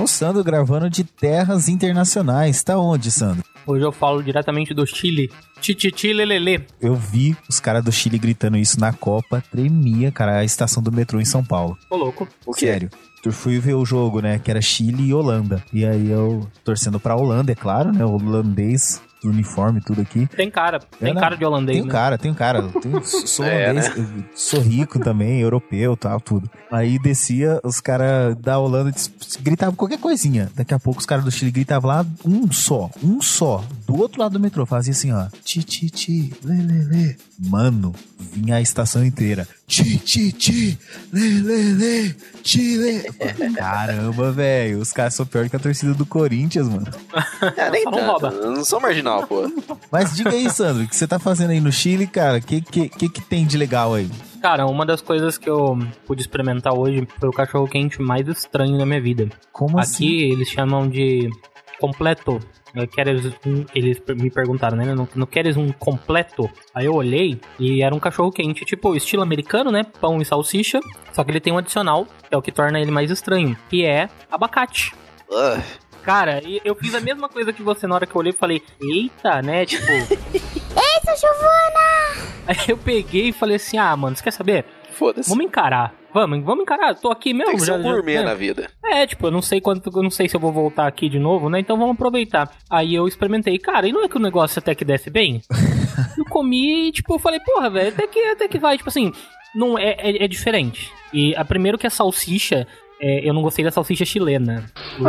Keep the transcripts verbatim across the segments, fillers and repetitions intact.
o Sandro gravando de terras internacionais. Tá onde, Sandro? Hoje eu falo diretamente do Chile. Tititi lelele. Eu vi os caras do Chile gritando isso na Copa. Tremia, cara, a estação do metrô em São Paulo. Ô, louco. O quê? Sério. Eu fui ver o jogo, né, que era Chile e Holanda. E aí eu, torcendo pra Holanda, é claro, né, o holandês, uniforme, tudo aqui. Tem cara, tem Era, cara de holandês, Tem né? cara, tem cara. Tem, sou É, holandês, né? sou rico também, europeu, tal, tudo. Aí descia, os caras da Holanda gritavam qualquer coisinha. Daqui a pouco os caras do Chile gritavam lá, um só, um só. Do outro lado do metrô, fazia assim, ó. Ti, ti, ti, lê, lê, lê. Mano, vinha a estação inteira. Ti, ti, ti, lê, lê, lê, ti, lê. Caramba, velho. Os caras são pior que a torcida do Corinthians, mano. É, nem Só não tanto. rouba. Eu não sou marginal, pô. Mas diga aí, Sandro, o que você tá fazendo aí no Chile, cara? O que, que, que, que tem de legal aí? Cara, uma das coisas que eu pude experimentar hoje foi o cachorro-quente mais estranho da minha vida. Como Aqui assim? eles chamam de completo. Queres um, eles me perguntaram, né? Não, não queres um completo? Aí eu olhei e era um cachorro quente, tipo estilo americano, né? Pão e salsicha. Só que ele tem um adicional, que é o que torna ele mais estranho, que é abacate. Uh. Cara, e eu fiz a mesma coisa que você na hora que eu olhei e falei, eita, né? Tipo. Eita, Giovana! Aí eu peguei e falei assim, ah, mano, você quer saber? Foda-se. Vamos encarar. Vamos, vamos encarar. Tô aqui mesmo. Tem que ser já, um gourmet já, na vida. É, tipo, eu não sei quanto, eu não sei se eu vou voltar aqui de novo, né? Então vamos aproveitar. Aí eu experimentei. Cara, e não é que o negócio até que desce bem? Eu comi e, tipo, eu falei, porra, velho, até que, até que vai. Tipo assim, não, é, é, é diferente. E a primeiro que a salsicha, é, eu não gostei da salsicha chilena.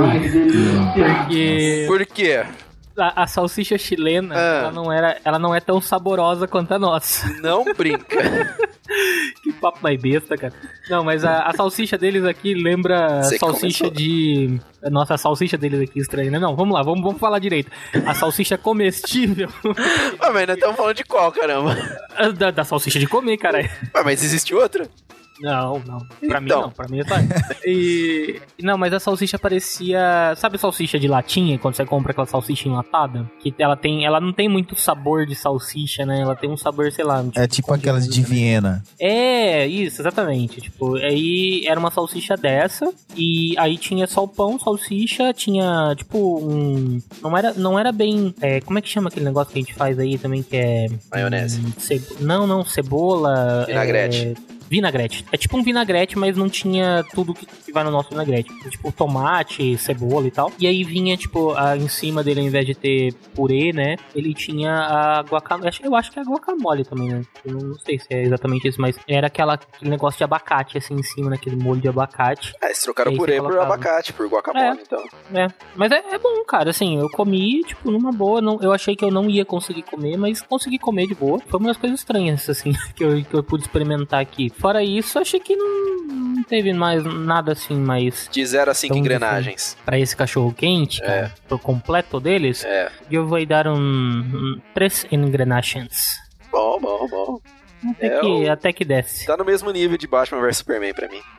Porque... Por quê? A, a salsicha chilena, Ah. ela, não era, ela não é tão saborosa quanto a nossa. Não brinca. Que papo mais besta, cara. Não, mas a, a salsicha deles aqui lembra a Você salsicha começou. de... Nossa, a salsicha deles aqui estranha, né? Não, vamos lá, vamos, vamos falar direito. A salsicha comestível... Ah, mas nós estamos falando de qual, caramba? da, da salsicha de comer, caralho. Ah, mas existe outra? Não, não. Pra mim Então. não, pra mim é só. E... Não, mas a salsicha parecia... Sabe salsicha de latinha, quando você compra aquela salsicha enlatada? Que ela tem... Ela não tem muito sabor de salsicha, né? Ela tem um sabor, sei lá... É tipo aquelas de Viena. É, isso, exatamente. Tipo, aí era uma salsicha dessa, e aí tinha só o pão, salsicha, tinha, tipo, um... Não era, não era bem... É, como é que chama aquele negócio que a gente faz aí também, que é... Maionese. hum, cebo- Não, não, cebola... Vinagrete. É... Vinagrete. É tipo um vinagrete, mas não tinha tudo que, que vai no nosso vinagrete. Tipo tomate, cebola e tal. E aí vinha, tipo, a, em cima dele, ao invés de ter purê, né? Ele tinha a guacamole. Eu acho que é a guacamole também, né? Eu não, não sei se é exatamente isso, mas era aquela, aquele negócio de abacate, assim, em cima, naquele molho de abacate. Ah, eles trocaram E aí purê você por colocava. abacate, por guacamole, É. então. É. Mas é, é bom, cara. Assim, eu comi, tipo, numa boa. Não, eu achei que eu não ia conseguir comer, mas consegui comer de boa. Foi uma das coisas estranhas, assim, que eu, que eu pude experimentar aqui. Fora isso, achei que não, não teve mais nada assim, mais De zero a cinco Então, engrenagens. pra esse cachorro quente, cara, pro completo deles, É. eu vou dar um, um três engrenagens. Bom, bom, bom. Até, É, que, o- até que desce. Tá no mesmo nível de Batman versus Superman pra mim.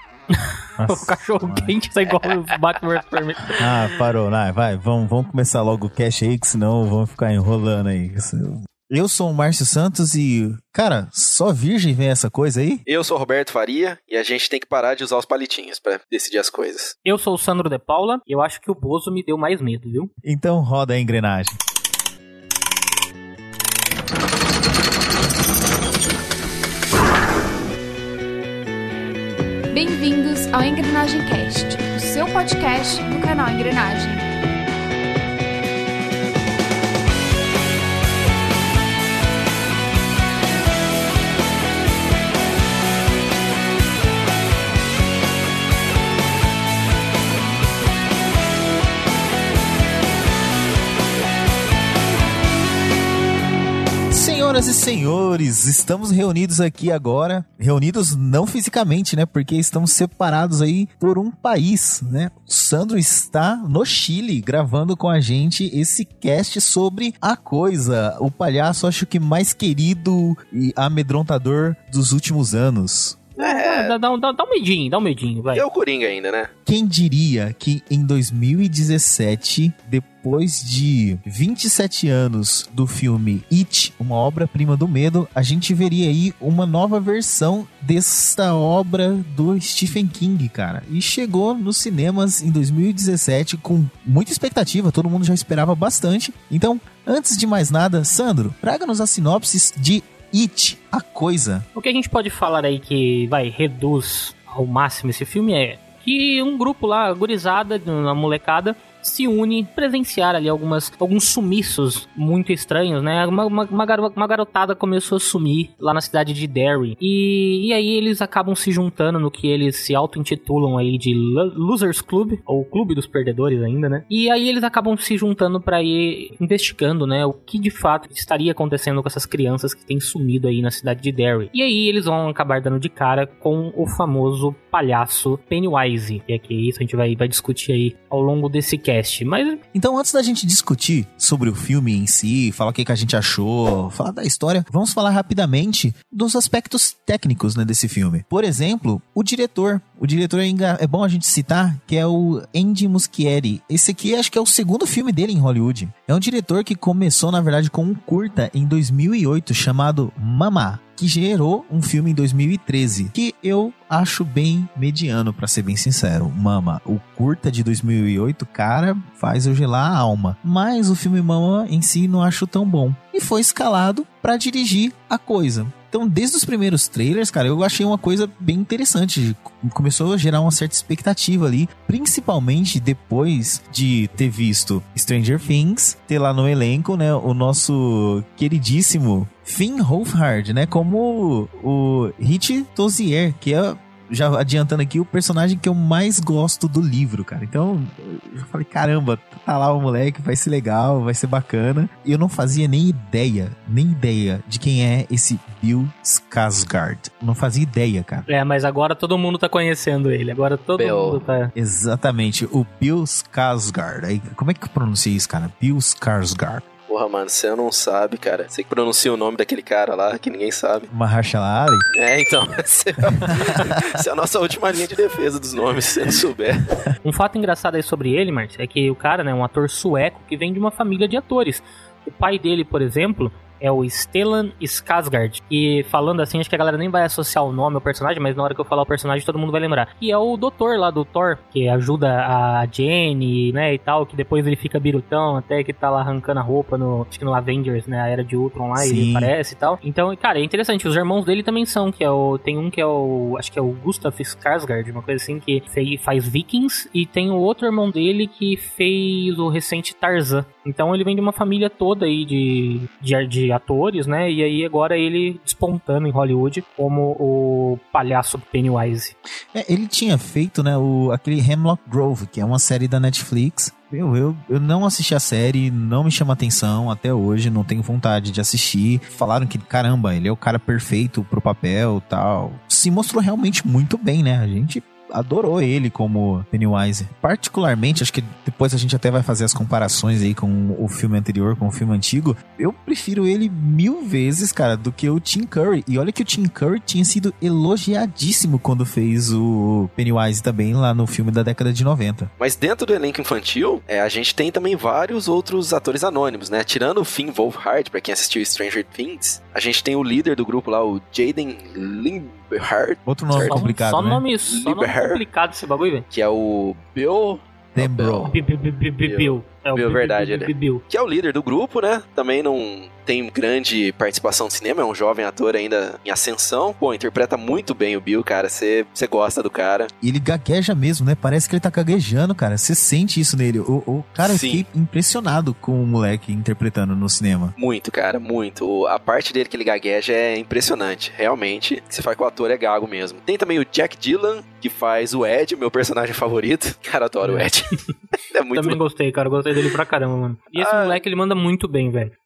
O cachorro quente tá igual o Batman versus Superman. Ah, parou. Vai, vai. Vamos, vamos começar logo o cast aí, que senão vamos ficar enrolando aí. Eu sou o Márcio Santos e, cara, só virgem vem essa coisa aí? Eu sou o Roberto Faria e a gente tem que parar de usar os palitinhos pra decidir as coisas. Eu sou o Sandro de Paula e eu acho que o Bozo me deu mais medo, viu? Então roda a engrenagem. Bem-vindos ao Engrenagem Cast, o seu podcast do canal Engrenagem. Senhoras e senhores, estamos reunidos aqui agora, reunidos não fisicamente, né, porque estamos separados aí por um país, né? O Sandro está no Chile gravando com a gente esse cast sobre A Coisa, o palhaço acho que mais querido e amedrontador dos últimos anos. É, É. Dá, dá, dá, dá um medinho, dá um medinho, vai. É o Coringa ainda, né? Quem diria que em dois mil e dezessete, depois de vinte e sete anos do filme It, uma obra-prima do medo, a gente veria aí uma nova versão desta obra do Stephen King, cara. E chegou nos cinemas em dois mil e dezessete com muita expectativa, todo mundo já esperava bastante. Então, antes de mais nada, Sandro, traga-nos a sinopse de It, a Coisa. O que a gente pode falar aí que, vai, reduz ao máximo esse filme é que um grupo lá, gurizada, uma molecada, se une presenciar ali algumas, alguns sumiços muito estranhos, né? Uma, uma, uma, garo, uma garotada começou a sumir lá na cidade de Derry. E, e aí eles acabam se juntando no que eles se auto-intitulam aí de Losers Club, ou Clube dos Perdedores ainda, né? E aí eles acabam se juntando pra ir investigando, né? O que de fato estaria acontecendo com essas crianças que têm sumido aí na cidade de Derry. E aí eles vão acabar dando de cara com o famoso palhaço Pennywise. E é que isso a gente vai, vai discutir aí ao longo desse cast. Mas... Então, antes da gente discutir sobre o filme em si, falar o que, que a gente achou, falar da história, vamos falar rapidamente dos aspectos técnicos, né, desse filme. Por exemplo, o diretor. O diretor é, enga... é bom a gente citar, que é o Andy Muschietti. Esse aqui acho que é o segundo filme dele em Hollywood. É um diretor que começou, na verdade, com um curta em dois mil e oito chamado Mama, que gerou um filme em dois mil e treze, que eu acho bem mediano, pra ser bem sincero. Mama, o curta de dois mil e oito, cara, faz eu gelar a alma. Mas o filme Mama em si não acho tão bom. E foi escalado pra dirigir A Coisa. Então, desde os primeiros trailers, cara, eu achei uma coisa bem interessante. Começou a gerar uma certa expectativa ali, principalmente depois de ter visto Stranger Things, ter lá no elenco, né, o nosso queridíssimo Finn Wolfhard, né, como o Hit Tozier, que é, já adiantando aqui, o personagem que eu mais gosto do livro, cara. Então, eu falei, caramba, tá lá o moleque, vai ser legal, vai ser bacana. E eu não fazia nem ideia, nem ideia de quem é esse Bill Skarsgård. Não fazia ideia, cara. É, mas agora todo mundo tá conhecendo ele. Agora todo Bill. mundo tá... Exatamente, o Bill Skarsgård. Aí, como é que pronuncia isso, cara? Bill Skarsgård. Porra, mano, você não sabe, cara. Você que pronuncia o nome daquele cara lá, que ninguém sabe. Mahershala Ali? É, então. Essa é a nossa última linha de defesa dos nomes, se você não souber. Um fato engraçado aí sobre ele, Márcio, é que o cara, né, é um ator sueco que vem de uma família de atores. O pai dele, por exemplo, é o Stellan Skarsgård. E falando assim, acho que a galera nem vai associar o nome ao personagem, mas na hora que eu falar o personagem, todo mundo vai lembrar. E é o doutor lá do Thor, que ajuda a Jenny, né, e tal, que depois ele fica birutão, até que tá lá arrancando a roupa no, acho que no Avengers, né, a Era de Ultron lá, Sim. ele aparece e tal. Então, cara, é interessante, os irmãos dele também são, que é o, tem um que é o, acho que é o Gustav Skarsgård, uma coisa assim, que fez, faz Vikings, e tem o outro irmão dele que fez o recente Tarzan. Então ele vem de uma família toda aí de, de, de atores, né? E aí agora ele despontando em Hollywood como o palhaço Pennywise. É, ele tinha feito, né, o, aquele Hemlock Grove, que é uma série da Netflix. Eu, eu, eu não assisti a série, não me chama atenção até hoje, não tenho vontade de assistir. Falaram que, caramba, ele é o cara perfeito pro papel e tal. Se mostrou realmente muito bem, né? A gente adorou ele como Pennywise. Particularmente, acho que depois a gente até vai fazer as comparações aí com o filme anterior, com o filme antigo. Eu prefiro ele mil vezes, cara, do que o Tim Curry. E olha que o Tim Curry tinha sido elogiadíssimo quando fez o Pennywise também lá no filme da década de noventa. Mas dentro do elenco infantil, é, a gente tem também vários outros atores anônimos, né? Tirando o Finn Wolfhard, pra quem assistiu Stranger Things, a gente tem o líder do grupo lá, o Jaden Limberhart. Outro nome certo? complicado, só né? Nome, só nome complicado esse bagulho, velho. Que é o Bill... Dembro. Bill. É o Bill, verdade, ele. Que é o líder do grupo, né? Também não tem grande participação no cinema, é um jovem ator ainda em ascensão. Pô, interpreta muito bem o Bill, cara. Você gosta do cara. E ele gagueja mesmo, né? Parece que ele tá gaguejando, cara. Você sente isso nele. O, o cara, Sim. eu fiquei impressionado com o moleque interpretando no cinema. Muito, cara, muito. A parte dele que ele gagueja é impressionante. Realmente, você fala que o ator é gago mesmo. Tem também o Jack Dylan, que faz o Ed, meu personagem favorito. Cara, eu adoro o Ed. É muito Também gostei, cara. Eu gostei dele pra caramba, mano. E esse ah, moleque, ele manda muito bem, velho.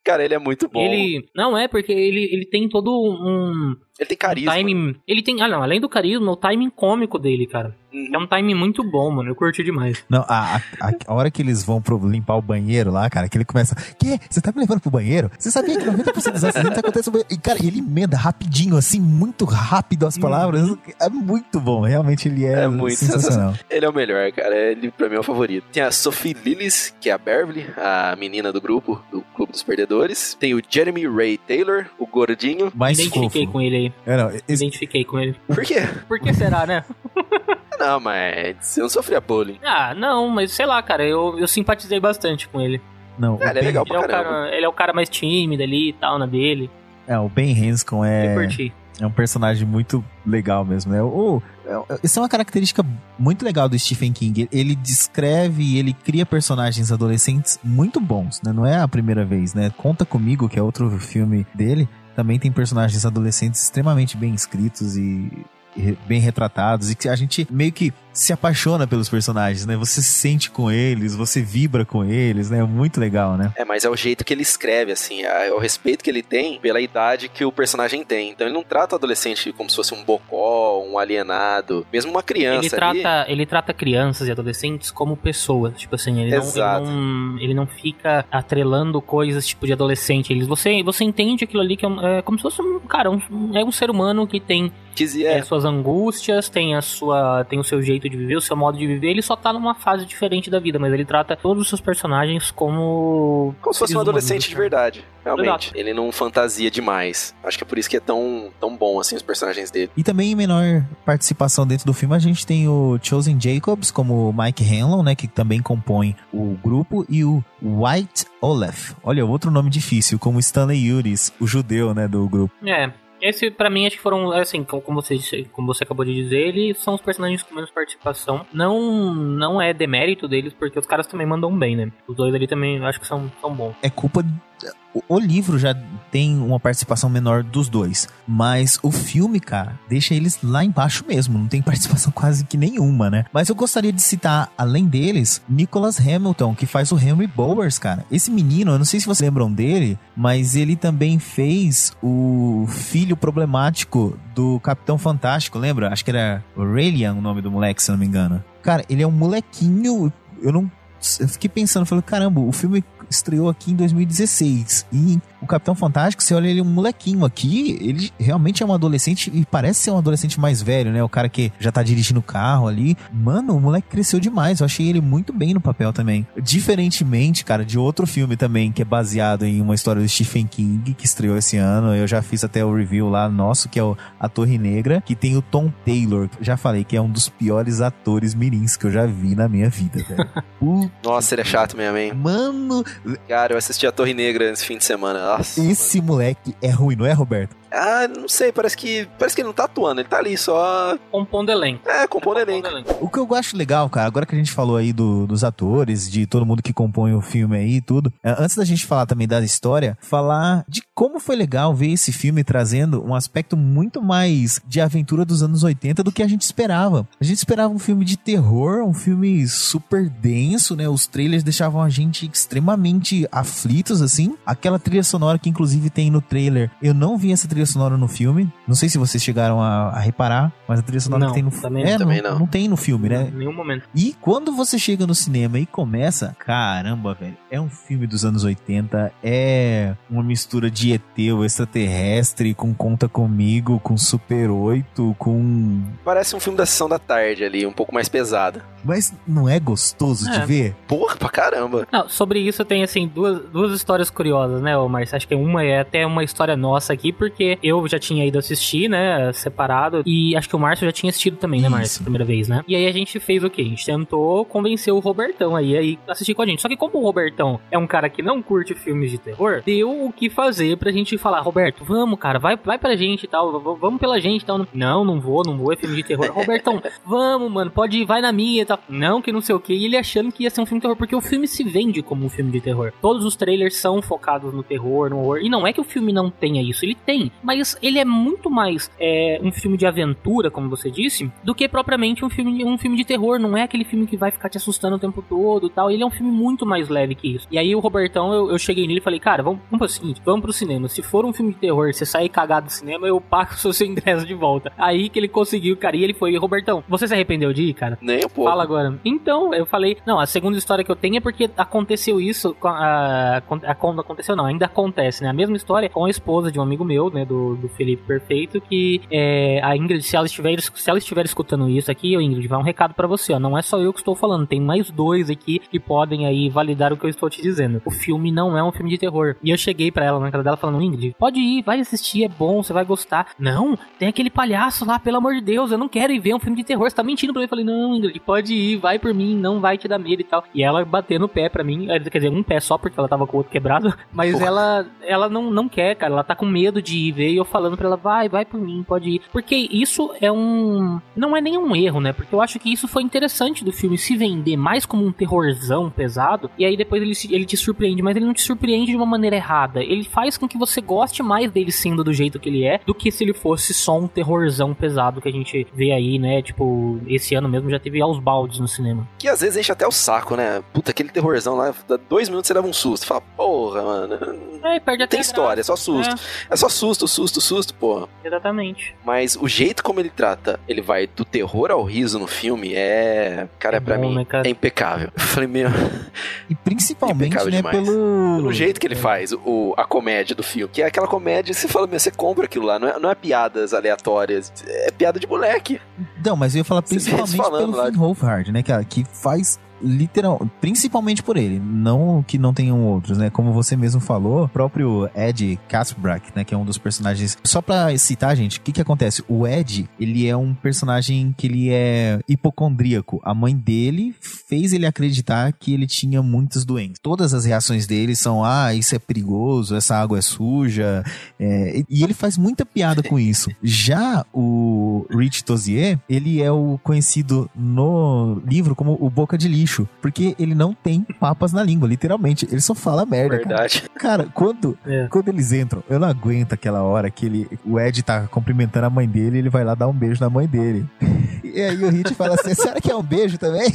Cara, ele é muito bom. Ele... Não, é porque ele, ele tem todo um... Ele tem carisma. Um timing... Ele tem... Ah, não. Além do carisma, o timing cômico dele, cara. Uhum. É um timing muito bom, mano. Eu curti demais. Não, a, a, a hora que eles vão pro limpar o banheiro lá, cara, que ele começa... Que? Você tá me levando pro banheiro? Você sabia que noventa por cento dos acidentes acontecem no banheiro? E, cara, ele emenda rapidinho, assim, muito rápido as palavras. Uhum. É muito bom. Realmente ele é, é muito sensacional. Ele é o melhor, cara. Ele, pra mim, é o favorito. Tem a Sophie Lillis, que é a Beverly, a menina do grupo, do Clube dos Perdedores. Tem o Jeremy Ray Taylor, o gordinho. Mais Identifiquei fofo. com ele aí. É, não, esse... Identifiquei com ele. Por quê? Por que será, né? Não, mas você não sofria bullying. Ah, não, mas sei lá, cara, eu, eu simpatizei bastante com ele. Não, é, ele é ben... legal ele pra é, o caramba. cara, ele é o cara mais tímido ali e tal, na dele. É, o Ben Hanscom é... Eu curti. É um personagem muito legal mesmo, né? O, essa é uma característica muito legal do Stephen King. Ele descreve e ele cria personagens adolescentes muito bons, né? Não é a primeira vez, né? Conta Comigo, que é outro filme dele, também tem personagens adolescentes extremamente bem escritos e bem retratados, e que a gente meio que se apaixona pelos personagens, né? Você se sente com eles, você vibra com eles, né? É muito legal, né? É, mas é o jeito que ele escreve, assim, é o respeito que ele tem pela idade que o personagem tem. Então ele não trata o adolescente como se fosse um bocó, um alienado, mesmo uma criança ele trata, ali. ele trata crianças e adolescentes como pessoas, tipo assim, ele não, ele não, ele não fica atrelando coisas tipo de adolescente. Eles, você, você entende aquilo ali que é, um, é como se fosse um, cara, um, é um ser humano que tem que, é. É, suas angústias, tem, a sua, tem o seu jeito de viver, o seu modo de viver. Ele só tá numa fase diferente da vida, mas ele trata todos os seus personagens como... Como se fosse um adolescente de verdade, realmente. Exato. Ele não fantasia demais. Acho que é por isso que é tão, tão bom, assim, os personagens dele. E também em menor participação dentro do filme, a gente tem o Chosen Jacobs como Mike Hanlon, né, que também compõe o grupo, e o White Olaf. Olha, outro nome difícil, como Stanley Uris, o judeu, né, do grupo. É... Esse, pra mim, acho que foram, assim, como você, como você acabou de dizer, eles são os personagens com menos participação. Não, não é demérito deles, porque os caras também mandam bem, né? Os dois ali também, acho que são, são bons. É culpa... O livro já tem uma participação menor dos dois, mas o filme, cara, deixa eles lá embaixo mesmo, não tem participação quase que nenhuma, né? Mas eu gostaria de citar, além deles, Nicholas Hamilton, que faz o Henry Bowers, cara. Esse menino, eu não sei se vocês lembram dele, mas ele também fez o filho problemático do Capitão Fantástico, lembra? Acho que era Aurelian o nome do moleque, se não me engano. Cara, ele é um molequinho, eu não... Eu fiquei pensando, falei, caramba, o filme estreou aqui em dois mil e dezesseis e o Capitão Fantástico, você olha ele um molequinho aqui, ele realmente é um adolescente e parece ser um adolescente mais velho, né? O cara que já tá dirigindo o carro ali. Mano, o moleque cresceu demais, eu achei ele muito bem no papel também. Diferentemente, cara, de outro filme também que é baseado em uma história do Stephen King, que estreou esse ano, eu já fiz até o review lá nosso, que é o A Torre Negra, que tem o Tom Taylor, já falei que é um dos piores atores mirins que eu já vi na minha vida, velho. Puta. Nossa, ele é chato mesmo, hein? Mano... Cara, eu assisti a Torre Negra nesse fim de semana. Nossa, esse mano. Moleque é ruim, não é, Roberto? Ah, não sei, parece que parece que ele não tá atuando, ele tá ali só... Compondo elenco. É, compondo elenco. O que eu acho legal, cara, agora que a gente falou aí do, dos atores, de todo mundo que compõe o filme aí e tudo, antes da gente falar também da história, falar de como foi legal ver esse filme trazendo um aspecto muito mais de aventura dos anos oitenta do que a gente esperava. A gente esperava um filme de terror, um filme super denso, né? Os trailers deixavam a gente extremamente aflitos, assim. Aquela trilha sonora que inclusive tem no trailer, eu não vi essa trilha sonora no filme. Não sei se vocês chegaram a, a reparar, mas a trilha sonora não, que tem no filme. É, também não, não. não tem no filme, né? Em nenhum momento. E quando você chega no cinema e começa, caramba, velho, é um filme dos anos oitenta, é uma mistura de E T, o extraterrestre, com Conta Comigo, com Super oito, com... Parece um filme da sessão da tarde ali, um pouco mais pesado. Mas não é gostoso é. de ver? Porra, pra caramba. Não, sobre isso tem, assim, duas, duas histórias curiosas, né, Márcio? Acho que uma é até uma história nossa aqui, porque eu já tinha ido assistir, né, separado, e acho que o Márcio já tinha assistido também, né, Márcio? Primeira vez, né? E aí a gente fez o quê? A gente tentou convencer o Robertão aí, aí assistir com a gente. Só que como o Robertão é um cara que não curte filmes de terror, deu o que fazer pra gente falar, Roberto, vamos, cara, vai, vai pra gente e tal, vamos pela gente e tal. Não, não vou, não vou, é filme de terror. Robertão, vamos, mano, pode ir, vai na minha e tal. Não, que não sei o que. E ele achando que ia ser um filme de terror, porque o filme se vende como um filme de terror. Todos os trailers são focados no terror, no horror. E não é que o filme não tenha isso, ele tem. mas ele é muito mais é, um filme de aventura, como você disse, do que propriamente um filme, um filme de terror. Não é aquele filme que vai ficar te assustando o tempo todo e tal. Ele é um filme muito mais leve que isso. E aí o Robertão, eu, eu cheguei nele e falei, cara, vamos, vamos pro seguinte, vamos pro cinema. Se for um filme de terror, você sair cagado do cinema, eu pago o seu ingresso de volta. Aí que ele conseguiu, cara, e ele foi, Robertão, você se arrependeu de ir, cara? Nem um pouco. Fala agora. Então, eu falei, não, a segunda história que eu tenho é porque aconteceu isso, a, a, a, aconteceu não, ainda acontece, né? A mesma história com a esposa de um amigo meu, né, do, do Felipe Perfeito, que é, a Ingrid, se ela, estiver, se ela estiver escutando isso aqui, Ingrid, vai um recado pra você, ó, não é só eu que estou falando, tem mais dois aqui que podem aí validar o que eu estou te dizendo. O filme não é um filme de terror. E eu cheguei pra ela na cara dela falando, Ingrid, pode ir, vai assistir, é bom, você vai gostar. Não, tem aquele palhaço lá, pelo amor de Deus, eu não quero ir ver um filme de terror, você tá mentindo pra mim. Eu falei, não, Ingrid, pode ir, vai por mim, não vai te dar medo e tal. E ela batendo o pé pra mim, quer dizer, um pé só porque ela tava com o outro quebrado, mas Porra. ela ela não, não quer, cara, ela tá com medo de ir ver, e eu falando pra ela, vai, vai por mim, pode ir. Porque isso é um... não é nem um erro, né? Porque eu acho que isso foi interessante do filme, se vender mais como um terrorzão pesado, e aí depois ele, ele te surpreende, mas ele não te surpreende de uma maneira errada. Ele faz com que você goste mais dele sendo do jeito que ele é, do que se ele fosse só um terrorzão pesado que a gente vê aí, né? Tipo, esse ano mesmo já teve aos baldes no cinema. Que às vezes enche até o saco, né? Puta, aquele terrorzão lá, dá dois minutos você leva um susto. Fala, porra, mano. É, perde até tem história, é só susto. É. é só susto, susto, susto, porra. Exatamente. Mas o jeito como ele trata, ele vai do terror ao riso no filme, é... Cara, é, é pra bom, mim, né, cara? É impecável. Eu falei, meu... E principalmente, né, demais. pelo... Pelo jeito que ele faz, o, a comédia do filme. Que é aquela comédia, você fala, meu, você compra aquilo lá. Não é, não é piadas aleatórias, é piada de moleque. Não, mas eu ia falar principalmente pelo Finn Wolfhard, né, cara, que faz... literal, principalmente por ele, não que não tenham outros, né? Como você mesmo falou, o próprio Ed Kasbrak, né? Que é um dos personagens. Só pra citar, gente, o que que acontece? O Ed, ele é um personagem que ele é hipocondríaco. A mãe dele fez ele acreditar que ele tinha muitas doenças. Todas as reações dele são, ah, isso é perigoso, essa água é suja. É, e ele faz muita piada com isso. Já o Rich Tozier, ele é o conhecido no livro como o Boca de Lixo. Porque ele não tem papas na língua, literalmente. Ele só fala merda, Verdade. Cara, cara quando, é. quando eles entram, eu não aguento aquela hora que ele, o Ed tá cumprimentando a mãe dele e ele vai lá dar um beijo na mãe dele. E aí o Hit fala assim, a senhora quer um beijo também?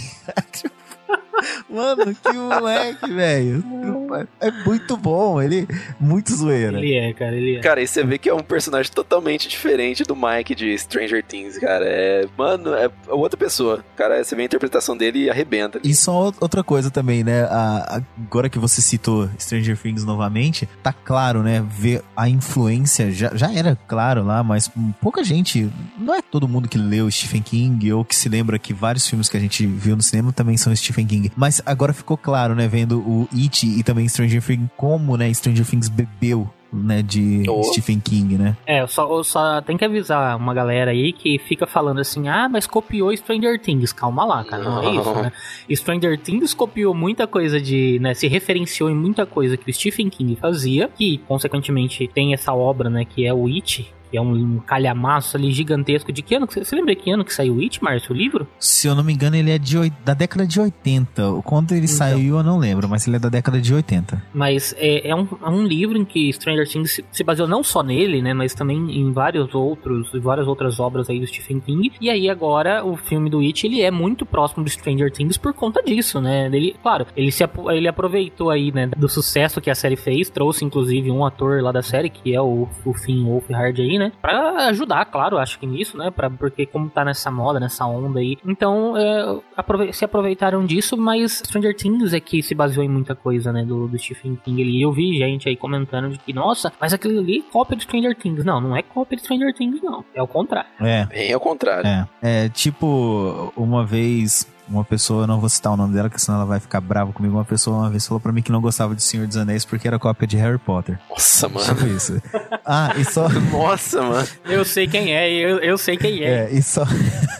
Mano, que moleque, velho. É muito bom, ele muito zoeira. Ele é, cara, ele é. Cara, e você vê que é um personagem totalmente diferente do Mike de Stranger Things, cara. É, mano, é outra pessoa. Cara, você vê a interpretação dele e arrebenta. E só outra coisa também, né? A, agora que você citou Stranger Things novamente, tá claro, né? Ver a influência, já, já era claro lá, mas pouca gente, não é todo mundo que leu Stephen King ou que se lembra que vários filmes que a gente viu no cinema também são Stephen King. Mas agora ficou claro, né, vendo o It e também Stranger Things, como, né, Stranger Things bebeu, né, de oh. Stephen King, né? É, eu só, eu só tenho que avisar uma galera aí que fica falando assim, ah, mas copiou Stranger Things. Calma lá, cara, não, não é isso, né? Stranger Things copiou muita coisa de, né, se referenciou em muita coisa que o Stephen King fazia, que, consequentemente, tem essa obra, né, que é o It, que é um, um calhamaço ali gigantesco. De que ano? Você lembra que ano que saiu o It, Márcio, o livro? Se eu não me engano, ele é de, da década de oitenta. Quando ele então. saiu, eu não lembro, mas ele é da década de oitenta. Mas é, é, um, é um livro em que Stranger Things se, se baseou não só nele, né, mas também em vários outros, várias outras obras aí do Stephen King. E aí agora o filme do It, ele é muito próximo do Stranger Things por conta disso, né? Ele, claro, ele, se, ele aproveitou aí, né, do sucesso que a série fez, trouxe inclusive um ator lá da série, que é o, o Finn Wolfhard aí, né? Pra ajudar, claro, acho que nisso, né? Pra, porque como tá nessa moda, nessa onda aí. Então, é, aprove- se aproveitaram disso, mas Stranger Things é que se baseou em muita coisa, né? Do, do Stephen King ali. Eu vi gente aí comentando de que, nossa, mas aquilo ali é cópia de Stranger Things. Não, não é cópia de Stranger Things, não. É o contrário. É. Bem ao contrário. É, é tipo, uma vez... Uma pessoa, eu não vou citar o nome dela, porque senão ela vai ficar brava comigo. Uma pessoa uma vez falou pra mim que não gostava de Senhor dos Anéis porque era cópia de Harry Potter. Nossa, mano. Tipo isso. Ah, e só... Nossa, mano. Eu sei quem é, eu, eu sei quem é. É, e só...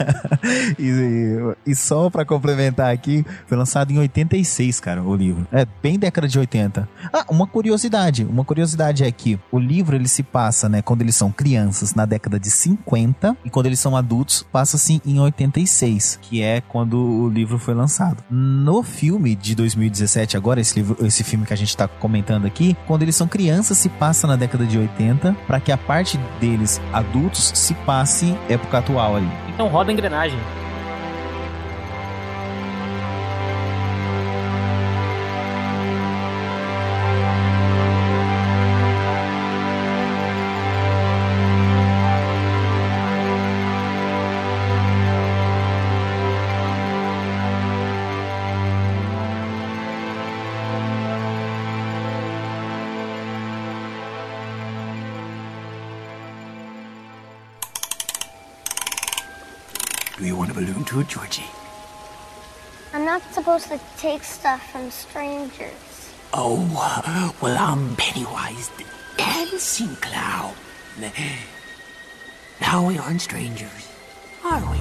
e, e, e só pra complementar aqui, foi lançado em oitenta e seis, cara, o livro. É bem década de oitenta. Ah, uma curiosidade. Uma curiosidade é que o livro, ele se passa, né, quando eles são crianças, na década de cinquenta, e quando eles são adultos, passa-se em oitenta e seis, que é quando o livro foi lançado. No filme de dois mil e dezessete, agora, esse, livro, esse filme que a gente tá comentando aqui, quando eles são crianças, se passa na década de oitenta, para que a parte deles, adultos, se passe época atual ali. Então roda a engrenagem. Do you want a balloon too, Georgie? I'm not supposed to take stuff from strangers. Oh, well, I'm Pennywise the Dancing Clown. Now we aren't strangers, are we?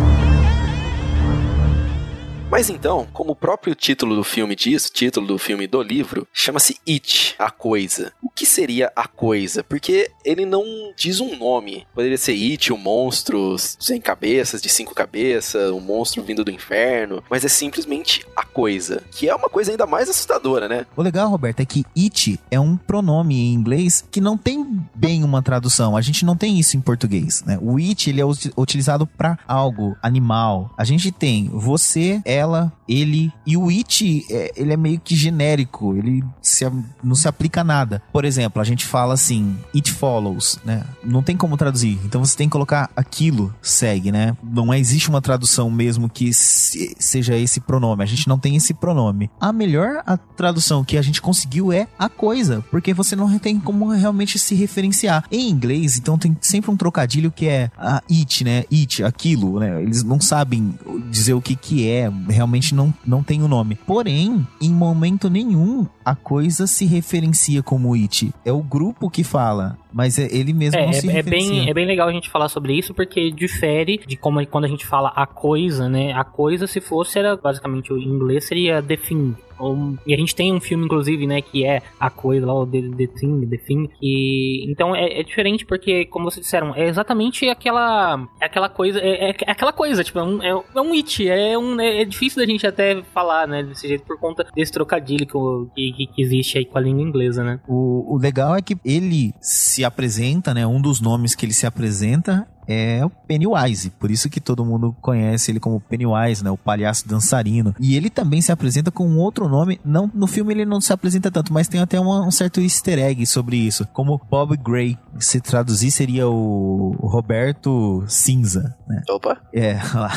Mas então, como o próprio título do filme diz, título do filme e do livro, chama-se It, a coisa. O que seria a coisa? Porque ele não diz um nome. Poderia ser It, o monstro sem cabeças, de cinco cabeças, um monstro vindo do inferno, mas é simplesmente a coisa, que é uma coisa ainda mais assustadora, né? O legal, Roberto, é que It é um pronome em inglês que não tem bem uma tradução. A gente não tem isso em português, né? O It, ele é utilizado para algo, animal. A gente tem você, ela, ele, e o it, é, ele é meio que genérico, ele se, não se aplica a nada. Por exemplo, a gente fala assim, it follows, né? Não tem como traduzir, então você tem que colocar aquilo segue, né? Não existe uma tradução mesmo que se, seja esse pronome, a gente não tem esse pronome. A melhor a tradução que a gente conseguiu é a coisa, porque você não tem como realmente se referenciar. Em inglês, então tem sempre um trocadilho que é a it, né? It, aquilo, né? Eles não sabem dizer o que que é, realmente não, não tem o um nome. Porém, em momento nenhum, a coisa se referencia como it. É o grupo que fala, mas é ele mesmo é, não se é, referencia. É bem, é bem legal a gente falar sobre isso, porque difere de como quando a gente fala a coisa, né? A coisa, se fosse, era basicamente, em inglês seria the thing. Um, e a gente tem um filme, inclusive, né, que é a coisa lá, o The, the Thing, The Thing, e então é, é diferente porque, como vocês disseram, é exatamente aquela aquela coisa, é, é, é aquela coisa, tipo, é um, é, é um it, é, um, é, é difícil da gente até falar, né, desse jeito, por conta desse trocadilho que, que, que existe aí com a língua inglesa, né. O, o legal é que ele se apresenta, né, um dos nomes que ele se apresenta é o Pennywise, por isso que todo mundo conhece ele como Pennywise, né, o palhaço dançarino. E ele também se apresenta com um outro nome, não, no filme ele não se apresenta tanto, mas tem até uma, um certo easter egg sobre isso, como Bob Gray, se traduzir seria o Roberto Cinza, né? Opa! É, lá.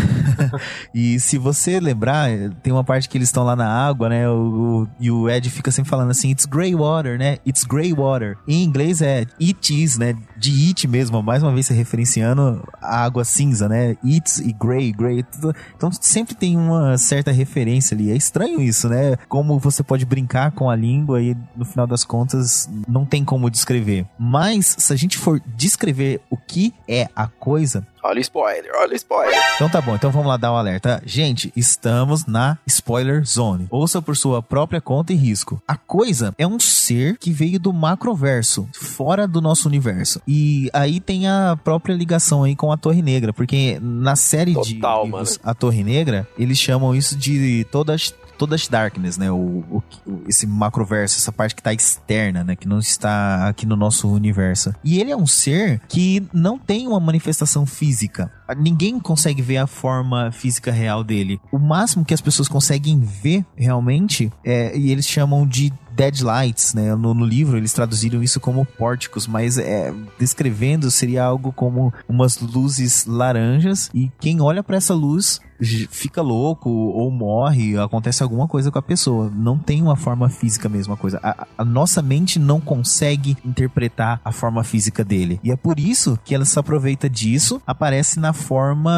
E se você lembrar, tem uma parte que eles estão lá na água, né, o, o, e o Ed fica sempre falando assim, it's grey water, né, it's grey water. Em inglês é it is, né, de it mesmo, mais uma vez se referenciando a água cinza, né? It's e grey, grey. Tudo. Então sempre tem uma certa referência ali. É estranho isso, né? Como você pode brincar com a língua e no final das contas não tem como descrever. Mas se a gente for descrever o que é a coisa... Olha o spoiler, olha o spoiler. Então tá bom, então vamos lá dar o um alerta. Gente, estamos na Spoiler Zone. Ouça por sua própria conta e risco. A coisa é um ser que veio do macroverso, fora do nosso universo. E aí tem a própria ligação aí com a Torre Negra, porque na série Total, de livros, mano. A Torre Negra, eles chamam isso de todas... Todas Darkness, né? O, o, esse macroverso, essa parte que tá externa, né? Que não está aqui no nosso universo. E ele é um ser que não tem uma manifestação física. Ninguém consegue ver a forma física real dele. O máximo que as pessoas conseguem ver realmente é, e eles chamam de deadlights, né? No, no livro eles traduziram isso como pórticos, mas é, descrevendo seria algo como umas luzes laranjas e quem olha para essa luz fica louco ou morre, acontece alguma coisa com a pessoa. Não tem uma forma física mesmo a coisa. A, a nossa mente não consegue interpretar a forma física dele. E é por isso que ela se aproveita disso, aparece na forma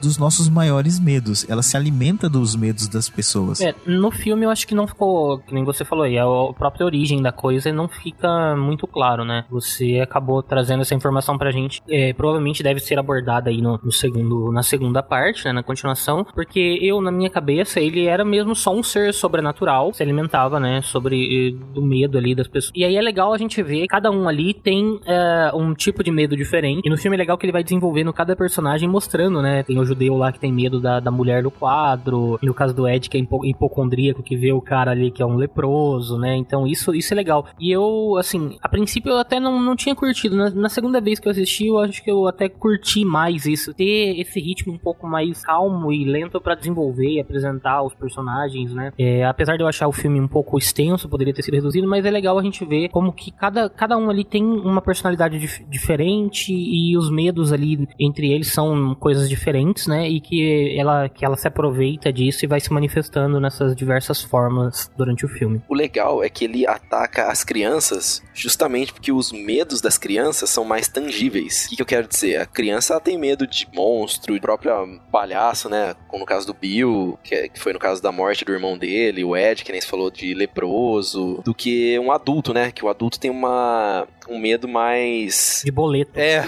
dos nossos maiores medos. Ela se alimenta dos medos das pessoas. É, no filme eu acho que não ficou, que nem você falou aí, a própria origem da coisa não fica muito claro, né? Você acabou trazendo essa informação pra gente. É, provavelmente deve ser abordada aí no, no segundo, na segunda parte, né? Na continuação. Porque eu, na minha cabeça, ele era mesmo só um ser sobrenatural. Se alimentava, né? Sobre do medo ali das pessoas. E aí é legal a gente ver, cada um ali tem é, um tipo de medo diferente. E no filme é legal que ele vai desenvolvendo cada personagem, mostrando, né? Tem o judeu lá que tem medo da, da mulher do quadro. No caso do Ed, que é hipo, hipocondríaco, que vê o cara ali que é um leproso, né? Então isso, isso é legal. E eu, assim, a princípio eu até não, não tinha curtido. Na, na segunda vez que eu assisti, eu acho que eu até curti mais isso. Ter esse ritmo um pouco mais calmo e lento pra desenvolver e apresentar os personagens, né? É, apesar de eu achar o filme um pouco extenso, poderia ter sido reduzido, mas é legal a gente ver como que cada, cada um ali tem uma personalidade dif- diferente e os medos ali entre eles são coisas diferentes, né? E que ela, que ela se aproveita disso e vai se manifestando nessas diversas formas durante o filme. O legal é que ele ataca as crianças justamente porque os medos das crianças são mais tangíveis. O que, que eu quero dizer? A criança ela tem medo de monstro, de próprio palhaço, né? Como no caso do Bill, que, é, que foi no caso da morte do irmão dele, o Ed, que nem se falou de leproso, do que um adulto, né? Que o adulto tem uma, um medo mais... De boleto. É,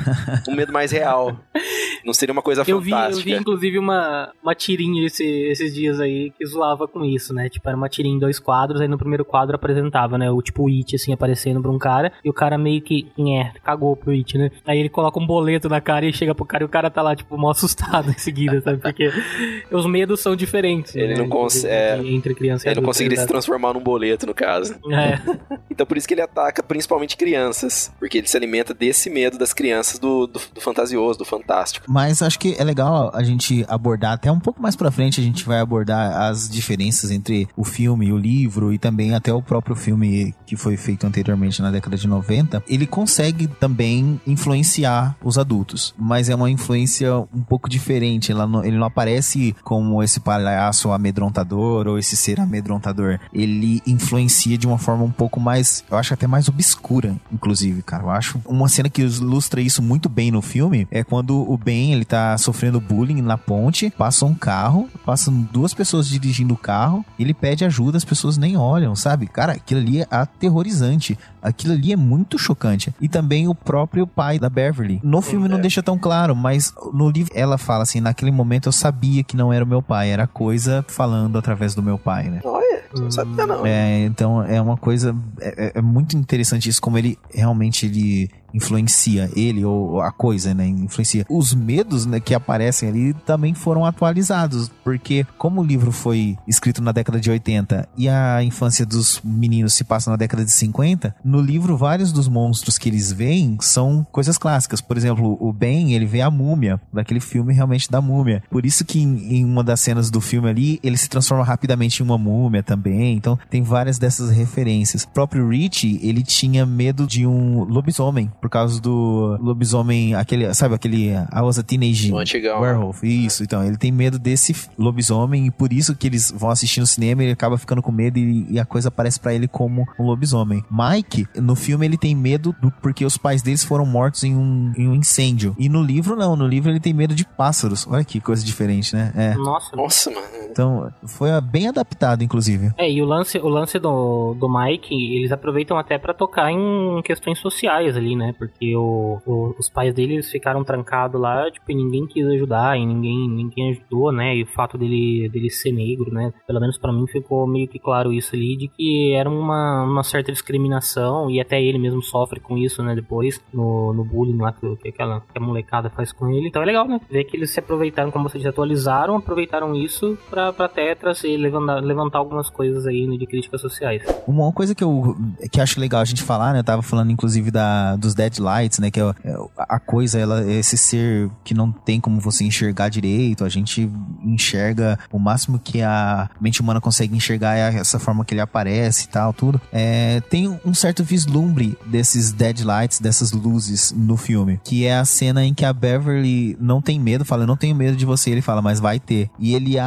um medo mais real. Não seria uma coisa eu fantástica. Vi, eu vi, inclusive, uma, uma tirinha esse, esses dias aí que zoava com isso, né? Tipo, era uma tirinha em dois quadros, aí no primeiro quadro apresentava, né? O tipo, o It, assim, aparecendo pra um cara, e o cara meio que, é, cagou pro It, né? Aí ele coloca um boleto na cara e chega pro cara, e o cara tá lá, tipo, mal assustado em seguida, sabe? Porque os medos são diferentes. Ele né? não consegue... Entre criança e Ele adulto, não conseguiria exato. se transformar num boleto, no caso. É. Então por isso que ele ataca principalmente crianças, porque ele se alimenta desse medo das crianças do, do, do fantasioso, do fantástico. Mas acho que é legal a gente abordar, até um pouco mais pra frente a gente vai abordar as diferenças entre o filme e o livro e também até o próprio filme que foi feito anteriormente na década de noventa. Ele consegue também influenciar os adultos, mas é uma influência um pouco diferente. Ela não, ele não aparece como esse palhaço amedrontador ou esse ser amedrontador. Ele influencia de uma forma um pouco mais, eu acho até mais obscura, inclusive, cara. Eu acho uma cena que ilustra isso muito bem no filme é quando o Ben, ele tá sofrendo bullying na ponte, passa um carro, passam duas pessoas dirigindo o carro, ele pede ajuda, as pessoas nem olham, sabe? Cara, aquilo ali é aterrorizante. Aquilo ali é muito chocante. E também o próprio pai da Beverly. No filme não deixa tão claro, mas no livro ela fala assim, naquele momento eu sabia que não era o meu pai, era coisa falando através do meu pai, né? Olha, não sabia não. É, então é uma coisa, é, é muito interessante isso, como ele realmente ele influencia ele ou a coisa, né? Influencia. Os medos, né, que aparecem ali também foram atualizados, porque como o livro foi escrito na década de oitenta e a infância dos meninos se passa na década de cinquenta, no livro vários dos monstros que eles veem são coisas clássicas. Por exemplo, o Ben, ele vê a múmia, daquele filme realmente da múmia. Por isso que em, em uma das cenas do filme ali, ele se transforma rapidamente em uma múmia também. Então tem várias dessas referências. O próprio Richie, ele tinha medo de um lobisomem, por causa do lobisomem, aquele, sabe, aquele I was a teenage werewolf, isso, então, ele tem medo desse lobisomem e por isso que eles vão assistir no cinema e ele acaba ficando com medo e, e a coisa aparece pra ele como um lobisomem. Mike, no filme, ele tem medo do, porque os pais deles foram mortos em um, em um incêndio, e no livro não, no livro ele tem medo de pássaros. Olha que coisa diferente, né? É. Nossa. Nossa, mano. Então, foi bem adaptado, inclusive. É, e o lance, o lance do, do Mike, eles aproveitam até pra tocar em questões sociais ali, né? Porque o, o, os pais deles ficaram trancados lá, tipo, e ninguém quis ajudar, e ninguém, ninguém ajudou, né? E o fato dele, dele ser negro, né? Pelo menos pra mim ficou meio que claro isso ali, de que era uma, uma certa discriminação, e até ele mesmo sofre com isso, né? Depois, no, no bullying lá que, que, aquela, que a molecada faz com ele. Então é legal, né? Ver que eles se aproveitaram, como vocês atualizaram, aproveitaram isso pra, pra até trazer, levantar, levantar algumas coisas aí, né, de críticas sociais. Uma coisa que eu que acho legal a gente falar, né? Eu tava falando, inclusive, da, dos Deadlights, né? Que é, é a coisa, ela é esse ser que não tem como você enxergar direito. A gente enxerga o máximo que a mente humana consegue enxergar é essa forma que ele aparece e tal, tudo. É, tem um certo vislumbre desses Deadlights, dessas luzes no filme, que é a cena em que a Beverly não tem medo, fala, eu não tenho medo de você. Ele fala, mas vai ter. E ele abre a boca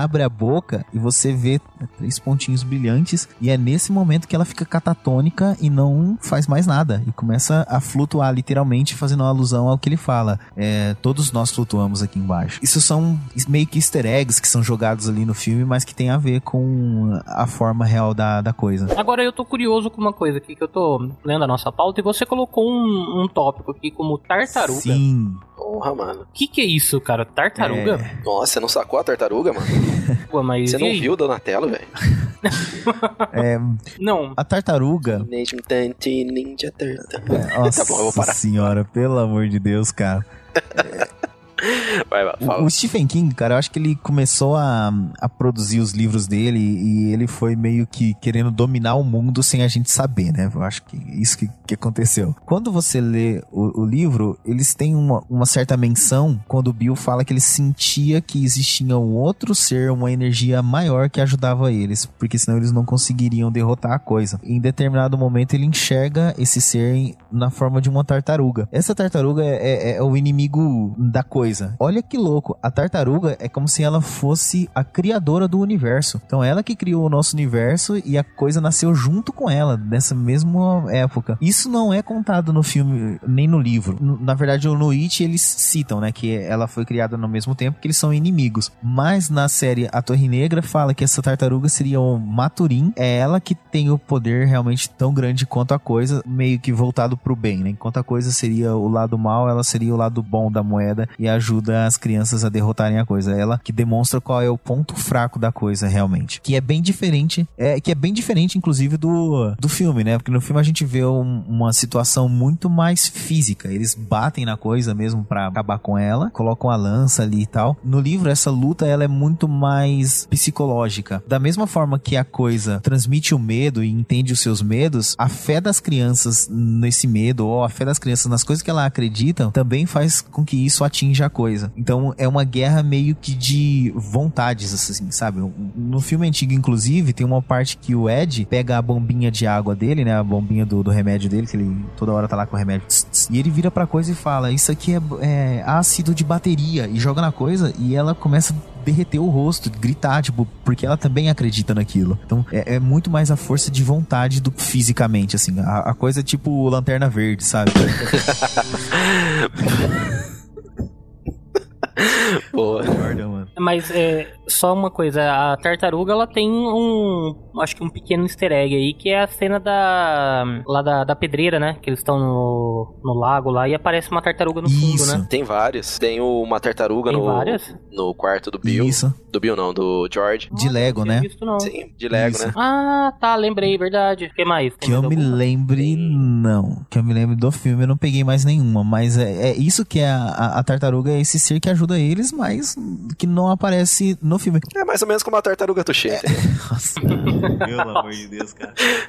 boca e você vê três pontinhos brilhantes, e é nesse momento que ela fica catatônica e não faz mais nada, e começa a flutuar literalmente, fazendo uma alusão ao que ele fala. É, todos nós flutuamos aqui embaixo. Isso são meio que easter eggs que são jogados ali no filme, mas que tem a ver com a forma real da, da coisa. Agora eu tô curioso com uma coisa aqui, que eu tô lendo a nossa pauta, e você colocou um, um tópico aqui como tartaruga. Sim. Porra, mano. O que que é isso, cara? Tartaruga? É... Nossa, você não sacou a tartaruga, mano? Pô, mas Você e não aí? viu o Donatello, velho? É... Não. A tartaruga... Teenage Mutant Ninja Turtle. Nossa Tá bom, eu vou parar. senhora, pelo amor de Deus, cara. Vai, vai, fala. O Stephen King, cara, eu acho que ele começou a, a produzir os livros dele e ele foi meio que querendo dominar o mundo sem a gente saber, né? Eu acho que isso que, que aconteceu. Quando você lê o, o livro, eles têm uma, uma certa menção quando o Bill fala que ele sentia que existia um outro ser, uma energia maior que ajudava eles, porque senão eles não conseguiriam derrotar a coisa. Em determinado momento ele enxerga esse ser em, na forma de uma tartaruga. Essa tartaruga é, é, é o inimigo da coisa. Olha que louco, a tartaruga é como se ela fosse a criadora do universo. Então ela que criou o nosso universo e a coisa nasceu junto com ela, nessa mesma época. Isso não é contado no filme, nem no livro. Na verdade, no It eles citam, né, que ela foi criada no mesmo tempo, que eles são inimigos. Mas na série A Torre Negra fala que essa tartaruga seria o Maturin. É ela que tem o poder realmente tão grande quanto a coisa, meio que voltado pro bem, né? Enquanto a coisa seria o lado mal, ela seria o lado bom da moeda e a ajuda as crianças a derrotarem a coisa. Ela que demonstra qual é o ponto fraco da coisa realmente. Que é bem diferente, é, que é bem diferente inclusive do, do filme, né? Porque no filme a gente vê um, uma situação muito mais física. Eles batem na coisa mesmo pra acabar com ela, colocam a lança ali e tal. No livro essa luta ela é muito mais psicológica. Da mesma forma que a coisa transmite o medo e entende os seus medos, a fé das crianças nesse medo, ou a fé das crianças nas coisas que elas acreditam, também faz com que isso atinja a coisa. Então é uma guerra meio que de vontades, assim, sabe? No filme antigo, inclusive, tem uma parte que o Ed pega a bombinha de água dele, né? A bombinha do, do remédio dele, que ele toda hora tá lá com o remédio. Tss, tss, e ele vira pra coisa e fala, isso aqui é, é ácido de bateria. E joga na coisa e ela começa a derreter o rosto, gritar, tipo, porque ela também acredita naquilo. Então é, é muito mais a força de vontade do que fisicamente, assim. A, a coisa é tipo Lanterna Verde, sabe? Boa. Mas é, só uma coisa, a tartaruga ela tem um, acho que um pequeno easter egg aí, que é a cena da lá da, da pedreira, né? Que eles estão no, no lago lá e aparece uma tartaruga no Isso. fundo, né? Tem várias. Tem uma tartaruga Tem no, várias? no quarto do Bill. Isso. Do Bill não, do George. De Lego, Não tinha né? visto, não. Sim, de Lego, Isso. né? Ah, tá, lembrei, verdade. O que mais? Tem Que eu mais me alguma? lembre, não. Que eu me lembre do filme, eu não peguei mais nenhuma. Mas é, é isso que é a, a, a tartaruga, é esse ser que ajuda eles, mas que não aparece no filme. É mais ou menos como a tartaruga Touché. É. Nossa, pelo amor de Deus, cara.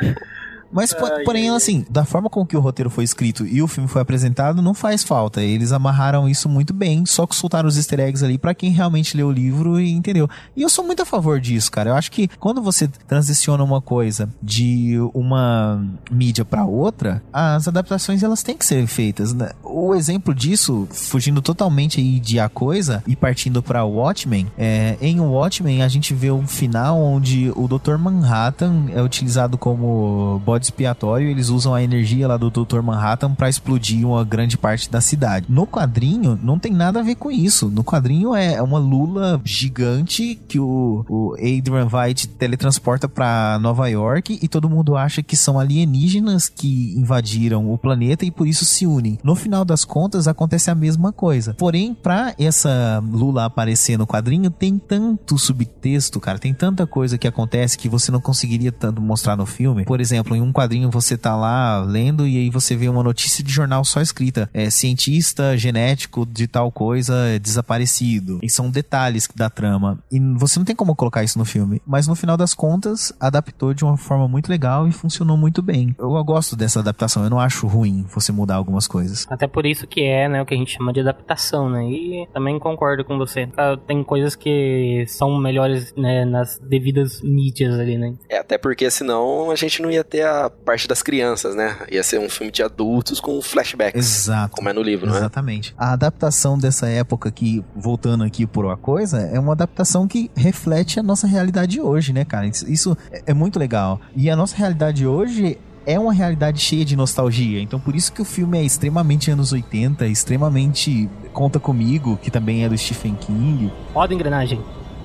Mas, po- porém, assim, da forma com que o roteiro foi escrito e o filme foi apresentado, não faz falta. Eles amarraram isso muito bem, só que soltaram os easter eggs ali pra quem realmente leu o livro e entendeu. E eu sou muito a favor disso, cara. Eu acho que quando você transiciona uma coisa de uma mídia pra outra, as adaptações, elas têm que ser feitas, né? O exemplo disso, fugindo totalmente aí de A Coisa e partindo pra Watchmen, é, em Watchmen a gente vê um final onde o doutor Manhattan é utilizado como bode expiatório, eles usam a energia lá do doutor Manhattan pra explodir uma grande parte da cidade. No quadrinho, não tem nada a ver com isso. No quadrinho é uma lula gigante que o, o Adrian Veidt teletransporta pra Nova York e todo mundo acha que são alienígenas que invadiram o planeta e por isso se unem. No final das contas, acontece a mesma coisa. Porém, pra essa lula aparecer no quadrinho, tem tanto subtexto, cara, tem tanta coisa que acontece que você não conseguiria tanto mostrar no filme. Por exemplo, em um quadrinho você tá lá lendo e aí você vê uma notícia de jornal só escrita, é, cientista genético de tal coisa é desaparecido. E são detalhes da trama. E você não tem como colocar isso no filme. Mas no final das contas, adaptou de uma forma muito legal e funcionou muito bem. Eu gosto dessa adaptação, eu não acho ruim você mudar algumas coisas. Até por isso que é, né, o que a gente chama de adaptação, né? E também concordo com você. Tem coisas que são melhores, né, nas devidas mídias ali, né? É, até porque senão a gente não ia ter a pra parte das crianças, né? Ia ser um filme de adultos com flashbacks. Exato. Como é no livro, né? Exatamente. A adaptação dessa época aqui, voltando aqui por uma coisa, é uma adaptação que reflete a nossa realidade hoje, né, cara? Isso, isso é, é muito legal. E a nossa realidade hoje é uma realidade cheia de nostalgia. Então por isso que o filme é extremamente anos oitenta, extremamente Conta Comigo, que também é do Stephen King. Roda a engrenagem.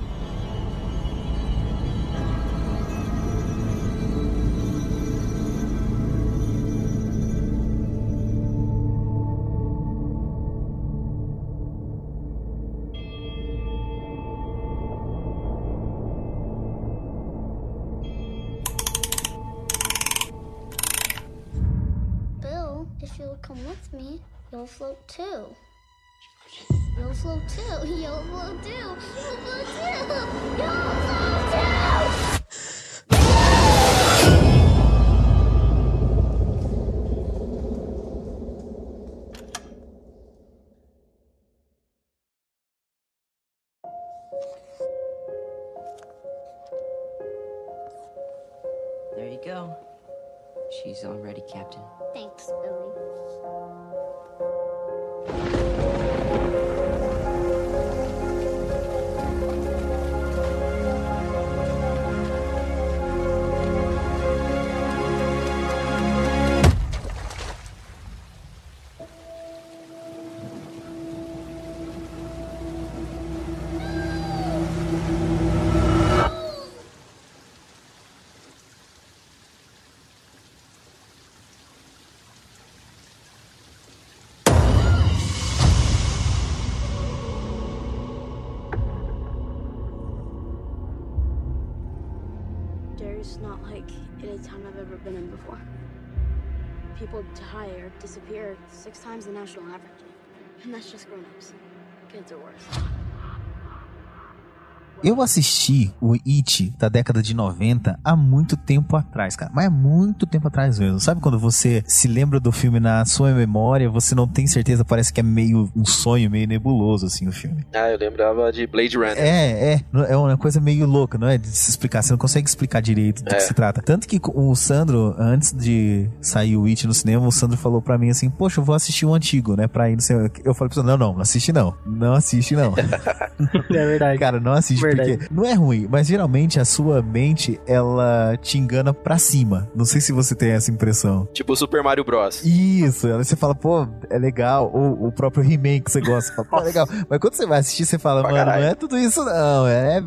If you'll come with me, you'll float too. You'll float too. You'll float too. You'll float too. You'll float too. There you go. She's all ready, Captain. Thanks, Billy. Derry's not like any time I've ever been in before. People die or disappear six times the national average. And that's just grown-ups. Kids are worse. Eu assisti o It da década de noventa há muito tempo atrás, cara. Mas é muito tempo atrás mesmo. Sabe quando você se lembra do filme na sua memória, você não tem certeza, parece que é meio um sonho, meio nebuloso, assim, o filme. Ah, eu lembrava de Blade Runner. É, é. É uma coisa meio louca, não é? De se explicar. Você não consegue explicar direito do é. que se trata. Tanto que o Sandro, antes de sair o It no cinema, o Sandro falou pra mim assim, poxa, eu vou assistir o antigo, né? Pra ir no cinema. Eu falei pra ele, não, não, não assiste não. Não assiste não. É verdade. Cara, não assiste verdade. Porque não é ruim, mas geralmente a sua mente, ela te engana pra cima. Não sei se você tem essa impressão. Tipo o Super Mario Bros. Isso, aí você fala, pô, é legal. Ou o próprio He-Man que você gosta, fala, pô, é legal. Mas quando você vai assistir, você fala, pra mano, caralho. Não é tudo isso não, é...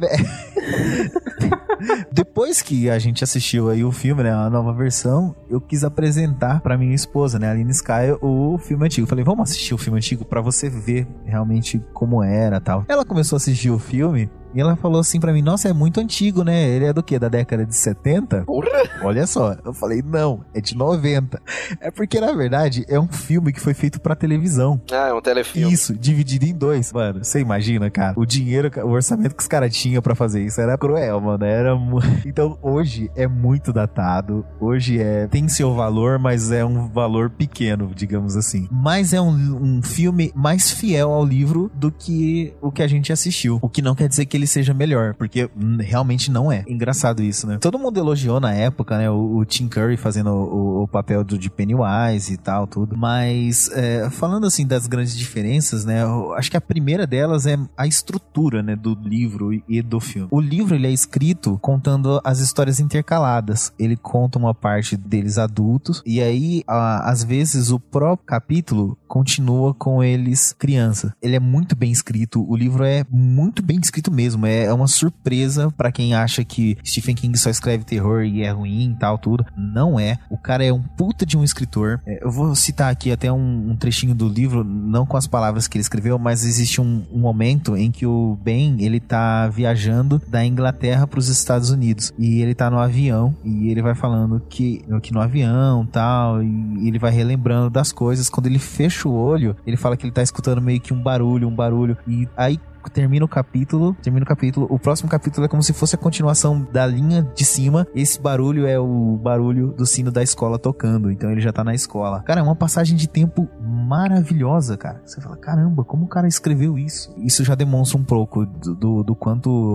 Depois que a gente assistiu aí o filme, né, a nova versão, eu quis apresentar pra minha esposa, né, a Aline Sky, o filme antigo. Eu falei, vamos assistir o filme antigo pra você ver realmente como era e tal. Ela começou a assistir o filme e ela falou assim pra mim, nossa, é muito antigo, né? Ele é do quê? Da década de setenta? Porra! Olha só. Eu falei, não, é de noventa. É porque, na verdade, é um filme que foi feito pra televisão. Ah, é um telefilme. Isso, dividido em dois. Mano, você imagina, cara, o dinheiro, o orçamento que os caras tinham pra fazer isso era cruel, mano. Era muito... Então, hoje é muito datado. Hoje é... tem seu valor, mas é um valor pequeno, digamos assim. Mas é um, um filme mais fiel ao livro do que o que a gente assistiu. O que não quer dizer que ele seja melhor, porque realmente não é. Engraçado isso, né? Todo mundo elogiou na época, né? O, o Tim Curry fazendo o, o papel do, de Pennywise e tal, tudo. Mas, é, falando assim das grandes diferenças, né? Eu acho que a primeira delas é a estrutura, né? Do livro e, e do filme. O livro, ele é escrito contando as histórias intercaladas. Ele conta uma parte deles adultos e aí, a, às vezes, o próprio capítulo continua com eles criança. Ele é muito bem escrito. O livro é muito bem escrito mesmo. É uma surpresa pra quem acha que Stephen King só escreve terror e é ruim e tal, tudo. Não é. O cara é um puta de um escritor. É, eu vou citar aqui até um, um trechinho do livro, não com as palavras que ele escreveu, mas existe um, um momento em que o Ben, ele tá viajando da Inglaterra pros Estados Unidos. E ele tá no avião e ele vai falando que, que no avião tal, e ele vai relembrando das coisas. Quando ele fecha o olho, ele fala que ele tá escutando meio que um barulho, um barulho. E aí termina o capítulo, termina o capítulo, o próximo capítulo é como se fosse a continuação da linha de cima. Esse barulho é o barulho do sino da escola tocando, então ele já tá na escola. Cara, é uma passagem de tempo maravilhosa, cara. Você fala, caramba, como o cara escreveu isso? Isso já demonstra um pouco do, do, do quanto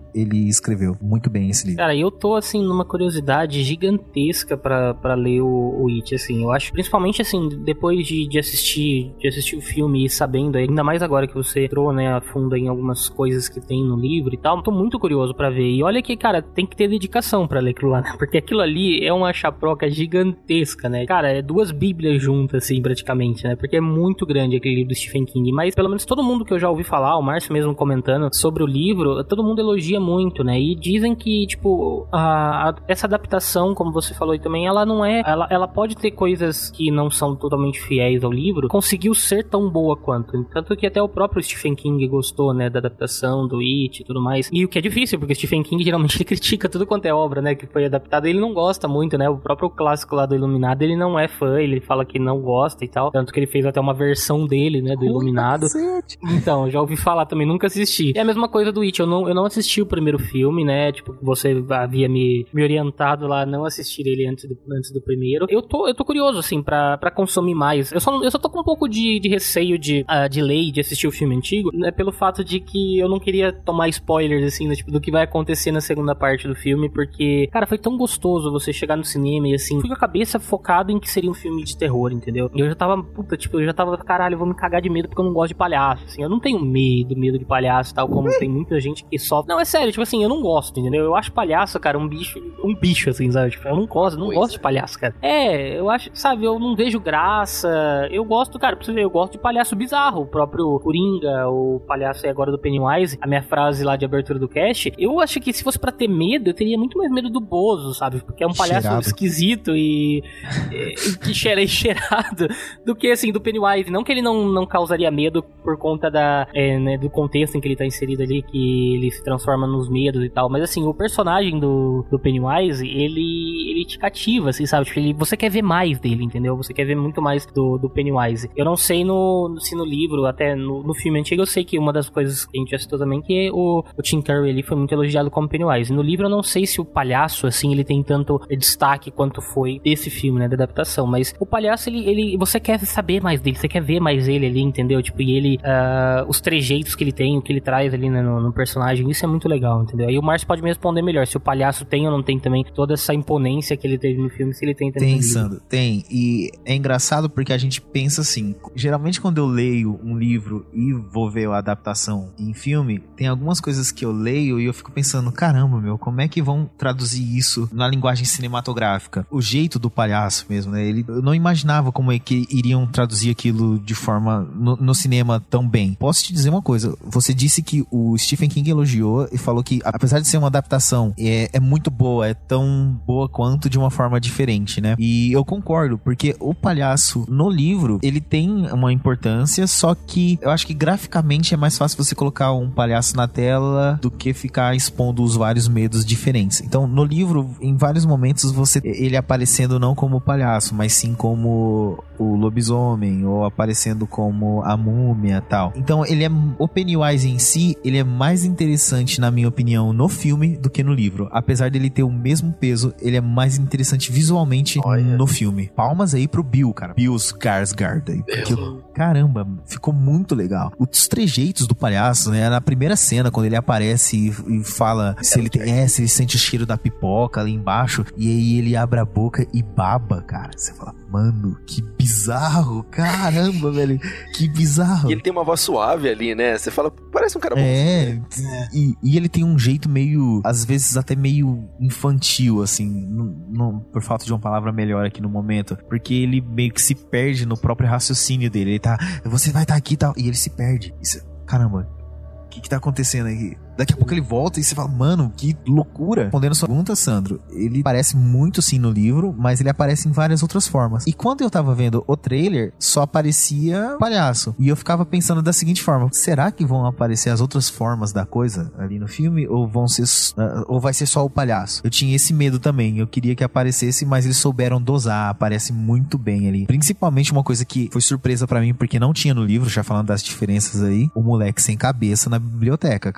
ele escreveu muito bem esse livro. Cara, eu tô, assim, numa curiosidade gigantesca pra, pra ler o, o It, assim. Eu acho, principalmente, assim, depois de, de assistir de assistir o filme e sabendo, ainda mais agora que você entrou, né, a fundo em algumas coisas que tem no livro e tal, tô muito curioso pra ver. E olha que, cara, tem que ter dedicação pra ler aquilo lá, né? Porque aquilo ali é uma chaproca gigantesca, né? Cara, é duas bíblias juntas, assim, praticamente, né? Porque é muito grande aquele livro do Stephen King. Mas, pelo menos, todo mundo que eu já ouvi falar, o Márcio mesmo comentando sobre o livro, todo mundo elogia muito, né? E dizem que, tipo, a, a, essa adaptação, como você falou aí também, ela não é... Ela, ela pode ter coisas que não são totalmente fiéis ao livro, conseguiu ser tão boa quanto. Tanto que até o próprio Stephen King gostou, né, da adaptação do It e tudo mais. E o que é difícil, porque o Stephen King geralmente ele critica tudo quanto é obra, né, que foi adaptada. Ele não gosta muito, né? O próprio clássico lá do Iluminado, ele não é fã, ele fala que não gosta e tal. Tanto que ele fez até uma versão dele, né, do Iluminado. Então, já ouvi falar também, nunca assisti. É a mesma coisa do It, eu não, eu não assisti o primeiro filme, né? Tipo, você havia me, me orientado lá a não assistir ele antes do, antes do primeiro. Eu tô, eu tô curioso, assim, pra, pra consumir mais. Eu só, eu só tô com um pouco de, de receio de, uh, de ler e de assistir o filme antigo, né? Pelo fato de que eu não queria tomar spoilers, assim, né, tipo, do que vai acontecer na segunda parte do filme, porque, cara, foi tão gostoso você chegar no cinema e, assim, fui com a cabeça focado em que seria um filme de terror, entendeu? E eu já tava, puta, tipo, eu já tava, caralho, eu vou me cagar de medo porque eu não gosto de palhaço, assim. Eu não tenho medo, medo de palhaço, tal como tem muita gente que sofre. Não, é sério, tipo assim, eu não gosto, entendeu? Eu acho palhaço, cara, um bicho, um bicho, assim, sabe? Tipo, eu não gosto, não Coisa. gosto de palhaço, cara. É, eu acho, sabe, eu não vejo graça. Eu gosto, cara, pra você ver, eu gosto de palhaço bizarro. O próprio Coringa, o palhaço aí agora do Pennywise, a minha frase lá de abertura do cast, eu acho que se fosse pra ter medo, eu teria muito mais medo do Bozo, sabe? Porque é um palhaço Cheirado. esquisito e, e, e que cheira cheirado do que, assim, do Pennywise. Não que ele não, não causaria medo por conta da, é, né, do contexto em que ele tá inserido ali, que ele se transforma nos medos e tal. Mas, assim, o personagem do, do Pennywise, ele, ele te cativa, assim, sabe? Tipo, ele, você quer ver mais dele, entendeu? Você quer ver muito mais do, do Pennywise. Eu não sei no, se no livro, até no, no filme antigo, eu sei que uma das coisas que a gente já citou também, que o, o Tim Curry ali foi muito elogiado como Pennywise. No livro eu não sei se o palhaço, assim, ele tem tanto destaque quanto foi desse filme, né, da adaptação. Mas o palhaço, ele, ele você quer saber mais dele, você quer ver mais ele ali, entendeu? Tipo, e ele, uh, os trejeitos que ele tem, o que ele traz ali, né, no, no personagem, isso é muito legal, entendeu? Aí o Márcio pode me responder melhor, se o palhaço tem ou não tem também toda essa imponência que ele teve no filme, se ele tem também. Tem, Sandro, tem. E é engraçado porque a gente pensa assim, geralmente quando eu leio um livro e vou ver a adaptação em filme, tem algumas coisas que eu leio e eu fico pensando, caramba, meu, como é que vão traduzir isso na linguagem cinematográfica? O jeito do palhaço mesmo, né? Ele, eu não imaginava como é que iriam traduzir aquilo de forma no, no cinema tão bem. Posso te dizer uma coisa, você disse que o Stephen King elogiou e falou que, apesar de ser uma adaptação, é, é muito boa, é tão boa quanto de uma forma diferente, né? E eu concordo, porque o palhaço no livro, ele tem uma importância, só que eu acho que graficamente é mais fácil você colocar um palhaço na tela do que ficar expondo os vários medos diferentes. Então, no livro, em vários momentos, você ele aparecendo não como palhaço, mas sim como o lobisomem, ou aparecendo como a múmia e tal. Então, ele é, o Pennywise em si, ele é mais interessante, na minha opinião, no filme do que no livro. Apesar dele ter o mesmo peso, ele é mais interessante visualmente Olha. no filme. Palmas aí pro Bill, cara. Bill Skarsgård aí. Porque, caramba, ficou muito legal. Os trejeitos do palhaço, né? Na primeira cena, quando ele aparece e, e fala se ele, tem, é, se ele sente o cheiro da pipoca ali embaixo, e aí ele abre a boca e baba, cara. Você fala, mano, que bizarro. Caramba, velho. Que bizarro. E ele tem uma voz suave ali, né? Você fala, parece um cara bom. É, e, e ele tem um jeito meio, às vezes até meio infantil, assim, não, não, por falta de uma palavra melhor aqui no momento, porque ele meio que se perde no próprio raciocínio dele. Ele tá, você vai estar tá aqui e tal, e ele se perde. Isso, caramba, o que que tá acontecendo aqui? Daqui a pouco ele volta e você fala, mano, que loucura. Respondendo a sua pergunta, Sandro, ele aparece muito sim no livro, mas ele aparece em várias outras formas. E quando eu tava vendo o trailer, só aparecia palhaço. E eu ficava pensando da seguinte forma, será que vão aparecer as outras formas da coisa ali no filme? Ou vão ser, uh, ou vai ser só o palhaço? Eu tinha esse medo também, eu queria que aparecesse, mas eles souberam dosar, aparece muito bem ali. Principalmente uma coisa que foi surpresa pra mim, porque não tinha no livro, já falando das diferenças aí, o moleque sem cabeça na biblioteca, cara. Mano,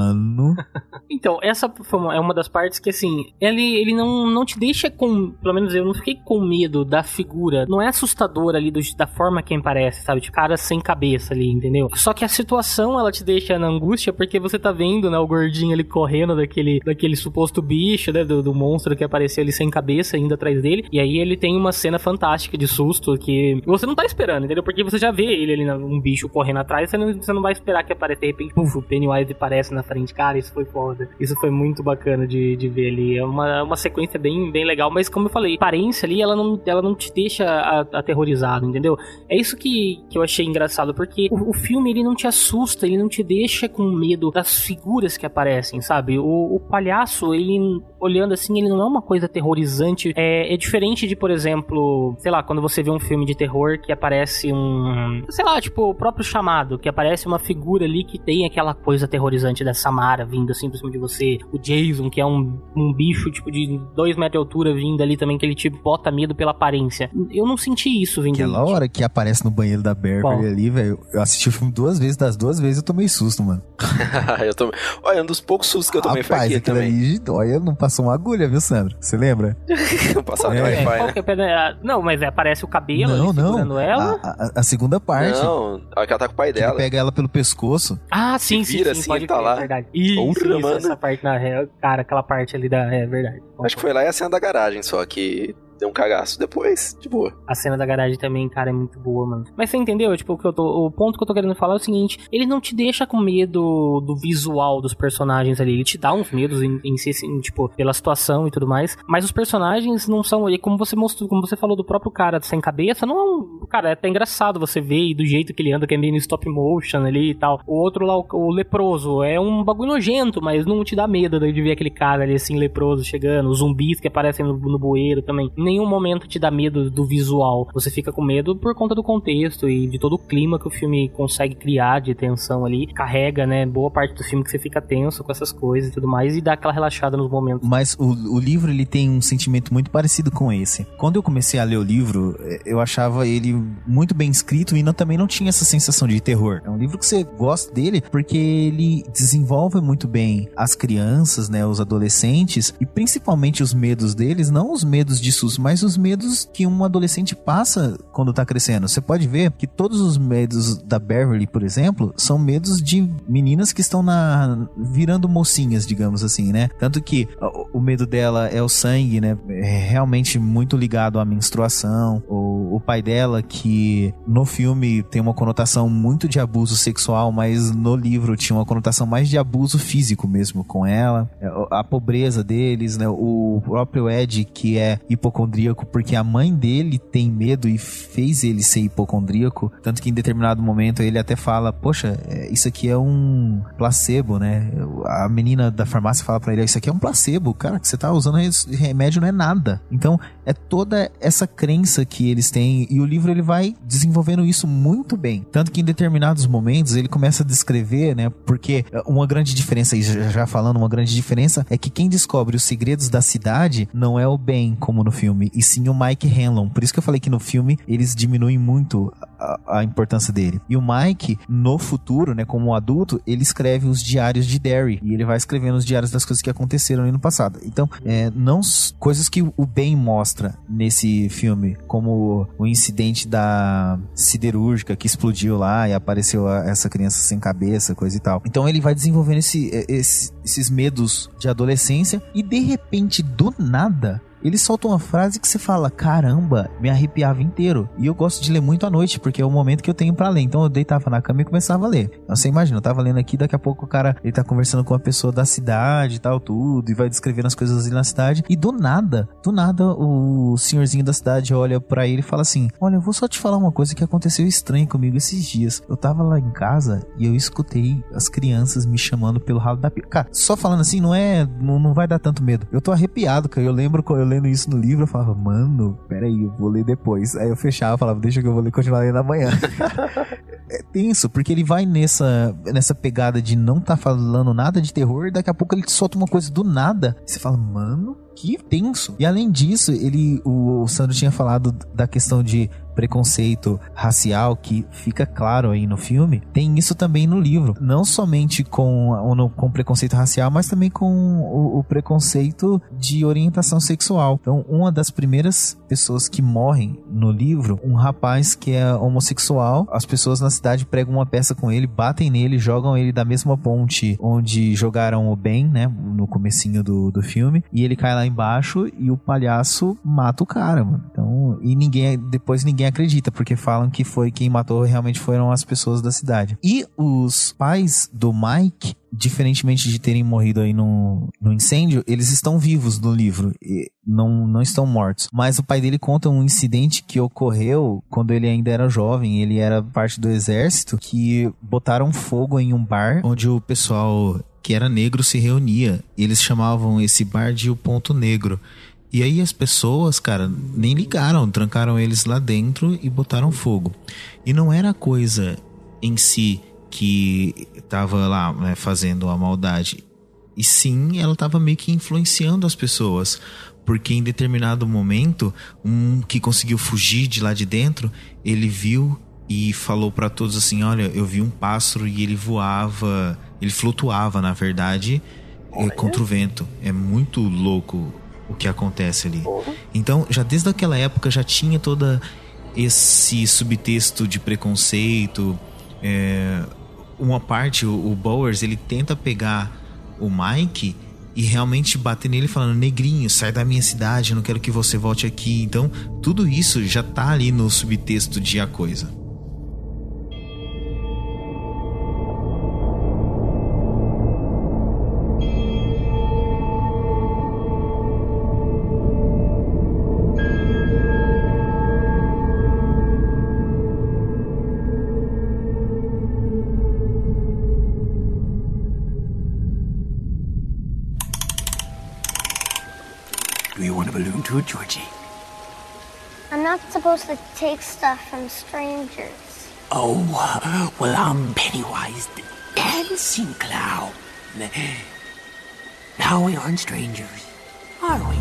Mano. Então, essa foi uma, é uma das partes que, assim, ele, ele não, não te deixa com... Pelo menos eu não fiquei com medo da figura. Não é assustador ali do, da forma que parece, sabe? De cara sem cabeça ali, entendeu? Só que a situação, ela te deixa na angústia porque você tá vendo, né, o gordinho ali correndo daquele, daquele suposto bicho, né, do, do monstro que apareceu ali sem cabeça indo atrás dele. E aí ele tem uma cena fantástica de susto que você não tá esperando, entendeu? Porque você já vê ele ali, um bicho correndo atrás, você não, você não vai esperar que apareça de repente, puf, o Pennywise aparece na frente. Cara, isso foi foda. Isso foi muito bacana de, de ver ali. É uma, uma sequência bem, bem legal, mas como eu falei, a aparência ali, ela não, ela não te deixa aterrorizado, entendeu? É isso que, que eu achei engraçado, porque o, o filme, ele não te assusta, ele não te deixa com medo das figuras que aparecem, sabe? O, o palhaço, ele, olhando assim, ele não é uma coisa aterrorizante. É, é diferente de, por exemplo, sei lá, quando você vê um filme de terror que aparece um, sei lá, tipo, o próprio Chamado, que aparece uma figura ali que tem aquela coisa aterrorizante da Samara vindo assim por cima de você, o Jason, que é um, um bicho tipo de dois metros de altura vindo ali também, que ele te bota medo pela aparência. Eu não senti isso vindo. Aquela hora que aparece no banheiro da Beverly Bom. ali, velho, eu assisti o filme duas vezes, das duas vezes eu tomei susto, mano. eu tomei... Olha, um dos poucos sustos que eu tomei Rapaz, foi aqui também. Ali, olha, não passou uma agulha, viu, Sandro? Você lembra? Não passava É. no É, Wi-Fi, qual né? que é- não, mas é, aparece o cabelo Não, ali não. segurando ela. A, a- a segunda parte. Não, a que ela tá com o pai Que ele dela. pega ela pelo pescoço. Ah, sim, que sim, vira sim, assim, pode ele tá crer, lá. é verdade. Isso, Porra, isso, mano. essa parte na real, cara, aquela parte ali da... É verdade. Acho que foi lá e a cena da garagem, só que deu um cagaço. Depois, de boa. A cena da garagem também, cara, é muito boa, mano. Mas você entendeu? Tipo, o, que eu tô, o ponto que eu tô querendo falar é o seguinte: ele não te deixa com medo do visual dos personagens ali. Ele te dá uns medos em, em si, assim, tipo, pela situação e tudo mais. Mas os personagens não são... E como você mostrou, como você falou do próprio cara sem cabeça, não é um... Cara, é até engraçado você ver, e do jeito que ele anda, que é meio no stop motion ali e tal. O outro lá, o, o leproso, é um bagulho nojento, mas não te dá medo de ver aquele cara ali, assim, leproso chegando. Os zumbis que aparecem no, no bueiro também. Em nenhum momento te dá medo do visual. Você fica com medo por conta do contexto e de todo o clima que o filme consegue criar de tensão ali. Carrega, né, boa parte do filme que você fica tenso com essas coisas e tudo mais, e dá aquela relaxada nos momentos. Mas o, o livro, ele tem um sentimento muito parecido com esse. Quando eu comecei a ler o livro, eu achava ele muito bem escrito e não, também não tinha essa sensação de terror. É um livro que você gosta dele porque ele desenvolve muito bem as crianças, né, os adolescentes, e principalmente os medos deles, não os medos de susto, mas os medos que um adolescente passa quando tá crescendo. Você pode ver que todos os medos da Beverly, por exemplo, são medos de meninas que estão na virando mocinhas, digamos assim, né? Tanto que o, o medo dela é o sangue, né? É realmente muito ligado à menstruação. O, o pai dela, que no filme tem uma conotação muito de abuso sexual, mas no livro tinha uma conotação mais de abuso físico mesmo com ela. A pobreza deles, né? O próprio Ed, que é hipocondríaco porque a mãe dele tem medo e fez ele ser hipocondríaco, tanto que em determinado momento ele até fala, poxa, isso aqui é um placebo, né? A menina da farmácia fala pra ele, isso aqui é um placebo, cara, que você tá usando remédio não é nada. Então é toda essa crença que eles têm, e o livro ele vai desenvolvendo isso muito bem, tanto que em determinados momentos ele começa a descrever, né? Porque uma grande diferença, já falando, uma grande diferença é que quem descobre os segredos da cidade não é o Ben, como no filme, e sim o Mike Hanlon. Por isso que eu falei que no filme eles diminuem muito a, a importância dele. E o Mike, no futuro, né, como um adulto, ele escreve os diários de Derry, e ele vai escrevendo os diários das coisas que aconteceram ali no passado. Então, é, não coisas que o Ben mostra nesse filme, como o incidente da siderúrgica que explodiu lá e apareceu a, essa criança sem cabeça, coisa e tal. Então ele vai desenvolvendo esse, esse, esses medos de adolescência, e de repente, do nada, ele solta uma frase que você fala, caramba, me arrepiava inteiro. E eu gosto de ler muito à noite, porque é o momento que eu tenho pra ler. Então eu deitava na cama e começava a ler. Então, você imagina, eu tava lendo aqui, daqui a pouco o cara, ele tá conversando com uma pessoa da cidade e tal, tudo, e vai descrevendo as coisas ali na cidade. E do nada, do nada, o senhorzinho da cidade olha pra ele e fala assim, olha, eu vou só te falar uma coisa que aconteceu estranho comigo esses dias. Eu tava lá em casa e eu escutei as crianças me chamando pelo ralo da pia. Cara, só falando assim, não é, não, não vai dar tanto medo. Eu tô arrepiado, cara. Eu lembro quando eu lendo isso no livro, eu falava, mano, peraí, eu vou ler depois. Aí eu fechava, falava, deixa que eu vou ler, continuar lendo amanhã. É tenso, porque ele vai nessa, nessa pegada de não tá falando nada de terror, e daqui a pouco ele solta uma coisa do nada. E você fala, mano, que tenso. E além disso, ele, o, o Sandro tinha falado da questão de preconceito racial que fica claro aí no filme, tem isso também no livro. Não somente com, com preconceito racial, mas também com o, o preconceito de orientação sexual. Então, uma das primeiras pessoas que morrem no livro, um rapaz que é homossexual, as pessoas na cidade pregam uma peça com ele, batem nele, jogam ele da mesma ponte onde jogaram o Ben, né, no comecinho do, do filme, e ele cai lá embaixo e o palhaço mata o cara, mano. Então, e ninguém, depois ninguém acredita, porque falam que foi quem matou realmente foram as pessoas da cidade. E os pais do Mike, diferentemente de terem morrido aí no, no incêndio, eles estão vivos no livro, e não, não estão mortos. Mas o pai dele conta um incidente que ocorreu quando ele ainda era jovem, ele era parte do exército, que botaram fogo em um bar onde o pessoal que era negro se reunia. Eles chamavam esse bar de O Ponto Negro. E aí as pessoas, cara, nem ligaram, trancaram eles lá dentro e botaram fogo. E não era a coisa em si que tava lá, né, fazendo a maldade. E sim, ela tava meio que influenciando as pessoas. Porque em determinado momento, um que conseguiu fugir de lá de dentro, ele viu e falou pra todos assim, olha, eu vi um pássaro e ele voava, ele flutuava, na verdade, é, contra o vento. É muito louco o que acontece ali. Então, já desde aquela época já tinha todo esse subtexto de preconceito. É, uma parte, o, o Bowers, ele tenta pegar o Mike e realmente bater nele falando, negrinho, sai da minha cidade, eu não quero que você volte aqui. Então, tudo isso já tá ali no subtexto de A Coisa. Too, Georgie? I'm not supposed to take stuff from strangers. Oh, well, I'm Pennywise the Dancing Clown. Now we aren't strangers, are we?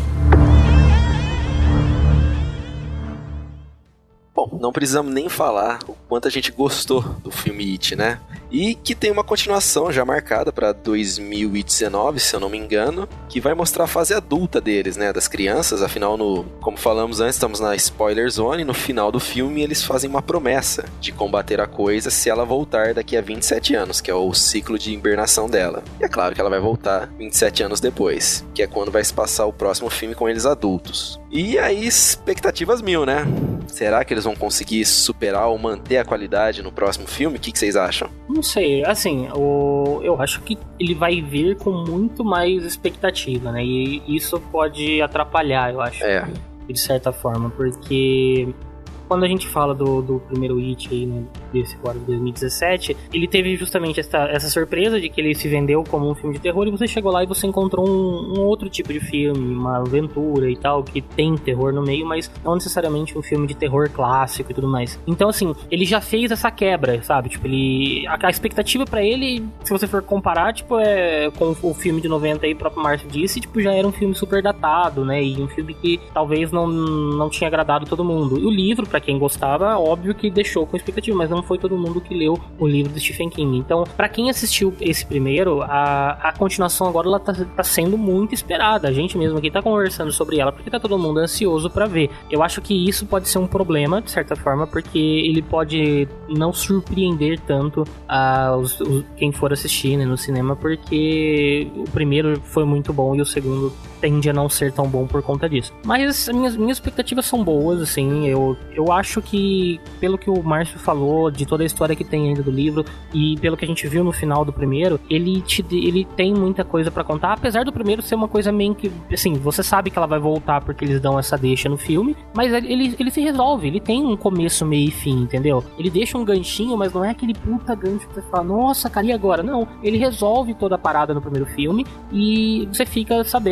Bom, não precisamos nem falar o quanto a gente gostou do filme It, né? E que tem uma continuação já marcada para dois mil e dezenove, se eu não me engano, que vai mostrar a fase adulta deles, né? Das crianças, afinal, no, como falamos antes, estamos na spoiler zone, no final do filme eles fazem uma promessa de combater a coisa se ela voltar daqui a vinte e sete anos, que é o ciclo de hibernação dela. E é claro que ela vai voltar vinte e sete anos depois, que é quando vai se passar o próximo filme com eles adultos. E aí, expectativas mil, né? Será que eles vão conseguir superar ou manter a qualidade no próximo filme? O que, que vocês acham? Não sei, assim, o... eu acho que ele vai vir com muito mais expectativa, né? E isso pode atrapalhar, eu acho, é. de certa forma, porque quando a gente fala do, do primeiro It aí, né, desse agora de dois mil e dezessete, ele teve justamente essa, essa surpresa de que ele se vendeu como um filme de terror, e você chegou lá e você encontrou um, um outro tipo de filme, uma aventura e tal, que tem terror no meio, mas não necessariamente um filme de terror clássico e tudo mais. Então, assim, ele já fez essa quebra, sabe? Tipo, ele... A, a expectativa pra ele, se você for comparar, tipo, é com o filme de noventa aí, o próprio Márcio disse, tipo, já era um filme super datado, né? E um filme que talvez não, não tinha agradado todo mundo. E o livro, pra quem gostava, óbvio que deixou com expectativa, mas não foi todo mundo que leu o livro do Stephen King. Então, pra quem assistiu esse primeiro, a, a continuação agora ela tá, tá sendo muito esperada. A gente mesmo aqui tá conversando sobre ela porque tá todo mundo ansioso pra ver. Eu acho que isso pode ser um problema, de certa forma, porque ele pode não surpreender tanto a, os, os, quem for assistir, né, no cinema, porque o primeiro foi muito bom e o segundo tende a não ser tão bom por conta disso. Mas minhas, minhas expectativas são boas, assim, eu, eu acho que, pelo que o Márcio falou, de toda a história que tem ainda do livro, e pelo que a gente viu no final do primeiro, ele, te, ele tem muita coisa pra contar, apesar do primeiro ser uma coisa meio que, assim, você sabe que ela vai voltar porque eles dão essa deixa no filme, mas ele, ele se resolve, ele tem um começo, meio e fim, entendeu? Ele deixa um ganchinho, mas não é aquele puta gancho que você fala, nossa, cara, e agora? Não, ele resolve toda a parada no primeiro filme, e você fica sabendo que ele vai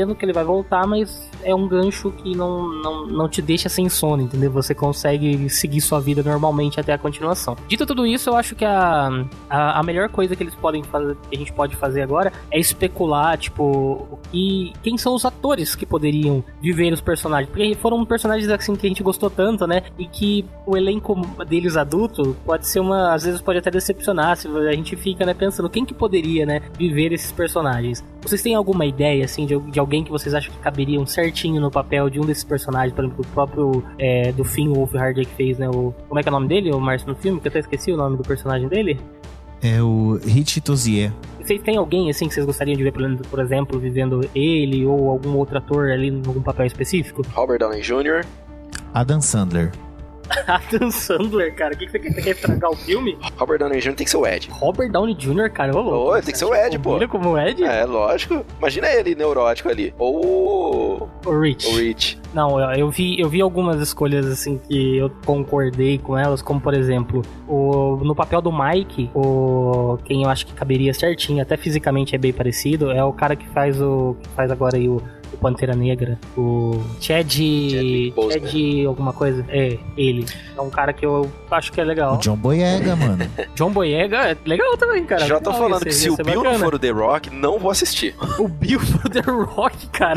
vai voltar, mas é um gancho que não, não, não te deixa sem sono, entendeu? Você consegue seguir sua vida normalmente até a continuação. Dito tudo isso, eu acho que a, a, a melhor coisa que eles podem fazer, que a gente pode fazer agora é especular, tipo, e quem são os atores que poderiam viver os personagens, porque foram personagens assim que a gente gostou tanto, né? E que o elenco deles adulto pode ser uma, às vezes pode até decepcionar, se a gente fica, né, pensando quem que poderia, né, viver esses personagens. Vocês têm alguma ideia, assim, de, de alguém que vocês acham que caberiam certinho no papel de um desses personagens, por exemplo, o próprio é, do Finn Wolfhard que fez, né, o, como é que é o nome dele, o Márcio, no filme, que eu até esqueci o nome do personagem dele? É o Rich Tozier. Vocês têm alguém, assim, que vocês gostariam de ver, por exemplo, vivendo ele ou algum outro ator ali em algum papel específico? Robert Downey Júnior Adam Sandler. Adam Sandler, cara, o que, que você quer? Você quer estragar o filme? Robert Downey Júnior tem que ser o Ed. Robert Downey Júnior, cara, ô louco. Ô, tem que ser o Ed, pô. Ele como o Ed? É, lógico. Imagina ele neurótico ali. Ou o Rich. O Rich. Não, eu, eu, vi, eu vi algumas escolhas, assim, que eu concordei com elas, como, por exemplo, o, no papel do Mike, o, quem eu acho que caberia certinho, até fisicamente é bem parecido, é o cara que faz o que faz agora aí o o Pantera Negra, o Chad... Chad alguma coisa. É, ele. É um cara que eu acho que é legal. O John Boyega, mano. John Boyega é legal também, cara. Já tô legal, falando que se o Bill bacana. Não for o The Rock, não vou assistir. O Bill for o The Rock, cara.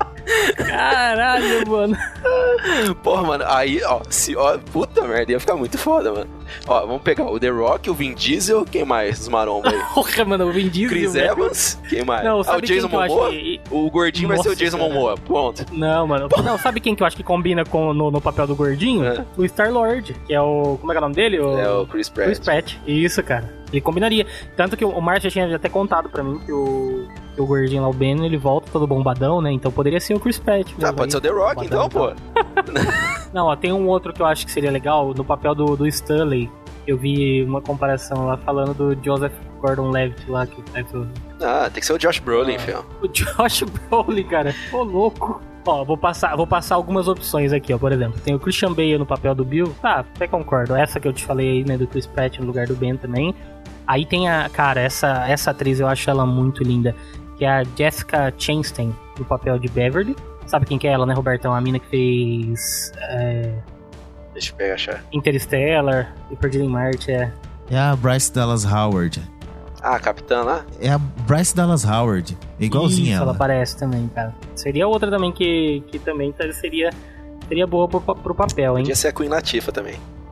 Caralho, mano. Porra, mano, aí, ó, se, ó, puta merda, ia ficar muito foda, mano. Ó, vamos pegar o The Rock, o Vin Diesel, quem mais dos marombas aí? Porra, mano, o Vin Diesel. Chris Evans, quem mais? Não, ah, o Jason Momoa? Que... O gordinho Nossa, vai ser o Jason cara. Momoa, pronto. Não, mano, não, sabe quem que eu acho que combina com, no, no papel do gordinho? É. O Star-Lord, que é o, como é que é o nome dele? O... É o Chris Pratt. Chris Pratt, isso, cara. Ele combinaria. Tanto que o Márcio já tinha até contado pra mim que o, que o gordinho lá, o Ben, ele volta todo bombadão, né? Então poderia ser o Chris Pratt. Ah, pode aí, ser o The Rock então, pô. Não, ó, tem um outro que eu acho que seria legal, no papel do, do Stanley. Eu vi uma comparação lá falando do Joseph Gordon-Levitt lá, que faz o... Ah, tem que ser o Josh Brolin, ah, filho. O Josh Brolin, cara. Ô, louco. Ó, vou passar, vou passar algumas opções aqui, ó. Por exemplo, tem o Christian Bale no papel do Bill. Tá, até concordo. Essa que eu te falei aí, né, do Chris Pratt no lugar do Ben também. Aí tem a... Cara, essa, essa atriz eu acho ela muito linda, que é a Jessica Chastain no papel de Beverly. Sabe quem que é ela, né, Robertão? A mina que fez... É... Deixa eu pegar, achar. Interstellar e Perdido em Marte, é... É a Bryce Dallas Howard. Ah, a capitã lá? É a Bryce Dallas Howard. É igualzinha Isso, ela. ela parece também, cara. Seria outra também que, que também seria, seria boa pro, pro papel, hein? Podia ser a Queen Latifah também.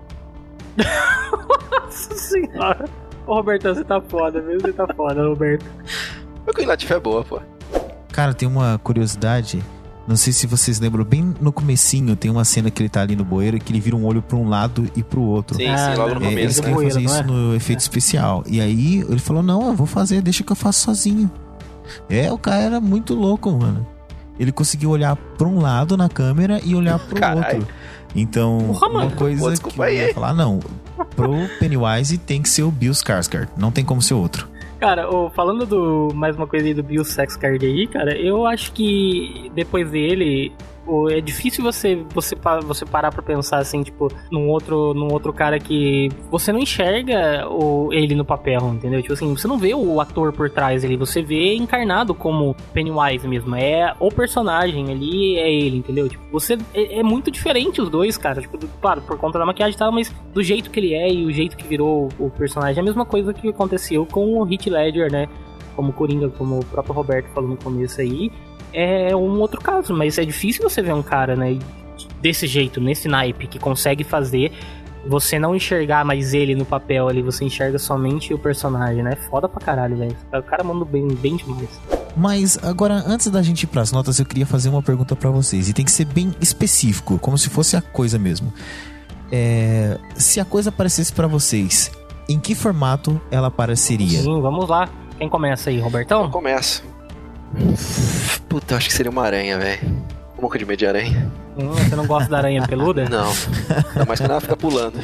Nossa senhora. Ô, Robertão, você tá foda, viu? Você tá foda, Roberto. A Queen Latifah é boa, pô. Cara, tem uma curiosidade... Não sei se vocês lembram, bem no comecinho tem uma cena que ele tá ali no bueiro e que ele vira um olho pra um lado e pro outro. Sim, sim, logo no é, começo. Eles queriam fazer isso é? no efeito especial. E aí ele falou, não, eu vou fazer, deixa que eu faço sozinho. É, o cara era muito louco, mano. Ele conseguiu olhar pra um lado na câmera e olhar pro Carai. outro. Então, Porra, uma coisa Pô, que eu ia falar, não, pro Pennywise tem que ser o Bill Skarsgård, não tem como ser outro. Cara, oh, falando do mais uma coisa aí do Bill Skarsgård aí, cara, eu acho que depois dele oh, é difícil você, você, você parar pra pensar assim, tipo, num outro, num outro cara que você não enxerga o, ele no papel, entendeu? Tipo assim, você não vê o ator por trás ali, você vê encarnado como Pennywise mesmo, é o personagem ali, é ele, entendeu? Tipo, você, é, é muito diferente os dois, cara, tipo, claro, por conta da maquiagem e tal, mas do jeito que ele é e o jeito que virou o personagem, é a mesma coisa que aconteceu com o Heath Ledger, né? Como Coringa, como o próprio Roberto falou no começo aí, é um outro caso, mas é difícil você ver um cara, né, desse jeito, nesse naipe, que consegue fazer você não enxergar mais ele no papel ali, você enxerga somente o personagem, né? Foda pra caralho, velho. O cara manda bem, bem demais. Mas agora, antes da gente ir pras notas, eu queria fazer uma pergunta pra vocês, e tem que ser bem específico, como se fosse a coisa mesmo. É... Se a coisa aparecesse pra vocês, em que formato ela apareceria? Sim, vamos lá. Quem começa aí, Robertão? Eu começo. Puta, eu acho que seria uma aranha, velho. Um pouco de medo de aranha. Hum, você não gosta da aranha peluda? Não. Ainda mais quando ela fica pulando.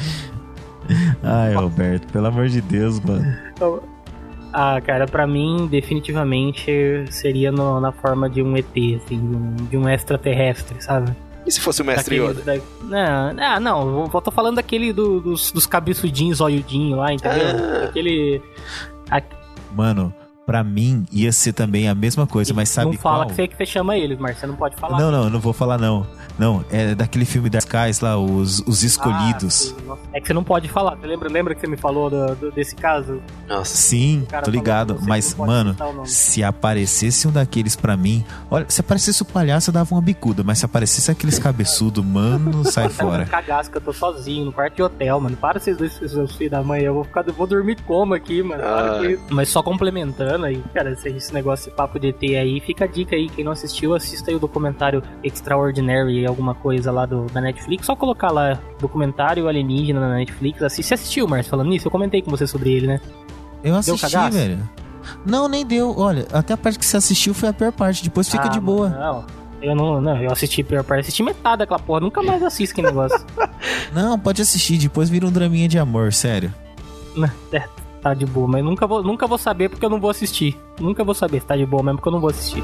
Ai, Roberto, pelo amor de Deus, mano. Ah, cara, pra mim, definitivamente seria no, na forma de um E T, assim, de um, de um extraterrestre, sabe? E se fosse o Mestre Yoda? Da... Não, ah, não, eu tô falando daquele do, dos, dos cabeçudinhos, olhudinhos lá, entendeu? Ah. Aquele... A... Mano, Pra mim, ia ser também a mesma coisa, mas sabe Não fala qual? que você, que você chama eles, mas você não pode falar. Não, não, não vou falar não. Não, é daquele filme das Skies lá, Os, os Escolhidos. Ah, é que você não pode falar. Você lembra, lembra que você me falou do, do, desse caso? Nossa. Sim, tô ligado. Você Mas, não pode mano, citar o nome. se aparecesse um daqueles pra mim... Olha, se aparecesse o palhaço, eu dava uma bicuda. Mas se aparecesse aqueles cabeçudos, mano, sai fora. Cagaço que eu tô sozinho no quarto de hotel, mano. Para vocês dois, seus filhos da mãe. Eu vou ficar, eu vou dormir como aqui, mano. Para Ah. com isso. Mas só complementando aí, cara, esse, esse negócio de papo de E T aí, fica a dica aí. Quem não assistiu, assista aí o documentário Extraordinary, alguma coisa lá do, da Netflix. Só colocar lá documentário alienígena na Netflix. Assiste. Você assistiu, Marcio, falando nisso? Eu comentei com você sobre ele, né? Eu assisti, cagaço? velho. Não, nem deu. Olha, até a parte que você assistiu foi a pior parte. Depois fica Ah, de boa. Não, eu não, não, eu assisti a pior parte. Assisti metade daquela porra. Nunca mais assisto aquele negócio. Não, pode assistir. Depois vira um draminha de amor, sério. É, tá de boa, mas nunca vou, nunca vou saber porque eu não vou assistir. Nunca vou saber se tá de boa mesmo porque eu não vou assistir.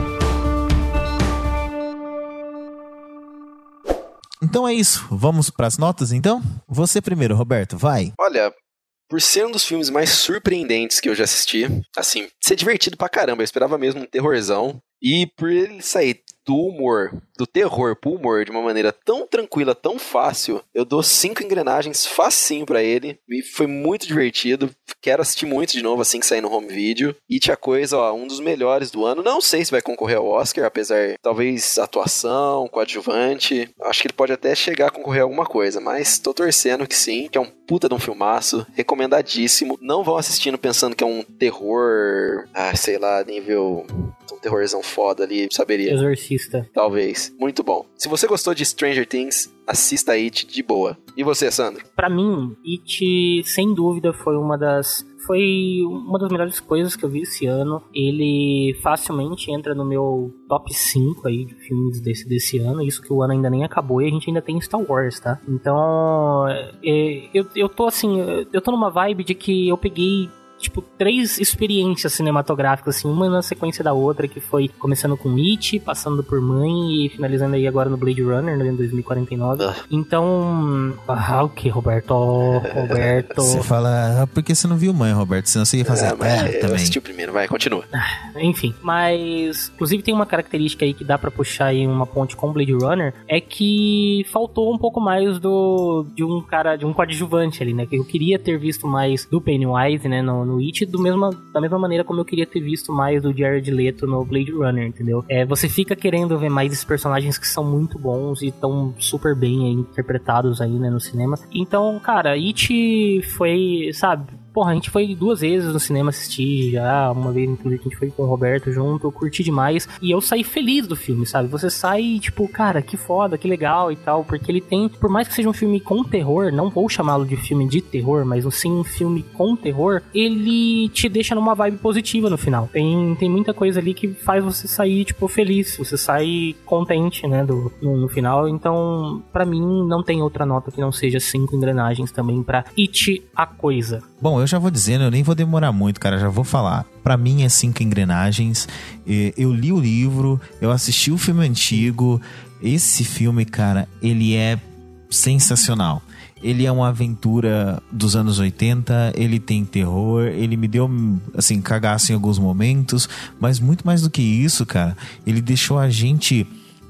Então é isso. Vamos pras notas, então? Você primeiro, Roberto. Vai. Olha, por ser um dos filmes mais surpreendentes que eu já assisti, assim, ser divertido pra caramba, eu esperava mesmo um terrorzão, e por ele sair do humor, do terror pro humor de uma maneira tão tranquila, tão fácil, eu dou cinco engrenagens facinho pra ele, e foi muito divertido, quero assistir muito de novo assim que sair no home video. E tinha coisa, ó, um dos melhores do ano, não sei se vai concorrer ao Oscar, apesar, talvez atuação, coadjuvante, acho que ele pode até chegar a concorrer a alguma coisa, mas tô torcendo que sim, que é um puta de um filmaço, recomendadíssimo, não vão assistindo pensando que é um terror, ah, sei lá, nível, um terrorzão foda ali, saberia. Exorcista. Talvez. Muito bom. Se você gostou de Stranger Things, assista It de boa. E você, Sandro? Pra mim, It, sem dúvida, foi uma das... Foi uma das melhores coisas que eu vi esse ano. Ele facilmente entra no meu top cinco aí de filmes desse, desse ano. Isso que o ano ainda nem acabou e a gente ainda tem Star Wars, tá? Então, é, eu, eu tô assim... Eu tô numa vibe de que eu peguei... tipo, três experiências cinematográficas, assim, uma na sequência da outra, que foi começando com It, passando por Mãe e finalizando aí agora no Blade Runner, né, em dois mil e quarenta e nove. Uh. Então... Ah, o que, Roberto? Roberto... Você fala, ah, porque você não viu Mãe, Roberto? Senão você ia fazer ah, mas é, eu também. assisti o primeiro, vai, continua. Enfim, mas... Inclusive tem uma característica aí que dá pra puxar aí uma ponte com Blade Runner, é que faltou um pouco mais do... de um cara, de um coadjuvante ali, né? Que eu queria ter visto mais do Pennywise, né, no, no It, do mesma, da mesma maneira como eu queria ter visto mais do Jared Leto no Blade Runner, entendeu? É, você fica querendo ver mais esses personagens que são muito bons e estão super bem aí, interpretados aí, né, no cinema. Então, cara, It foi, sabe... Porra, a gente foi duas vezes no cinema assistir já, uma vez inclusive a gente foi com o Roberto junto, eu curti demais, e eu saí feliz do filme, sabe? Você sai, tipo, cara, que foda, que legal e tal, porque ele tem, por mais que seja um filme com terror, não vou chamá-lo de filme de terror, mas sim um filme com terror, ele te deixa numa vibe positiva no final. Tem, tem muita coisa ali que faz você sair, tipo, feliz, você sai contente, né, do, no, no final, então, pra mim, não tem outra nota que não seja cinco engrenagens também pra It, a coisa. Bom, eu já vou dizendo, eu nem vou demorar muito, cara, já vou falar. Pra mim é cinco engrenagens. Eu li o livro, eu assisti o filme antigo. Esse filme, cara, ele é sensacional. Ele é uma aventura dos anos oitenta, ele tem terror, ele me deu, assim, cagaço em alguns momentos, mas muito mais do que isso, cara, ele deixou a gente...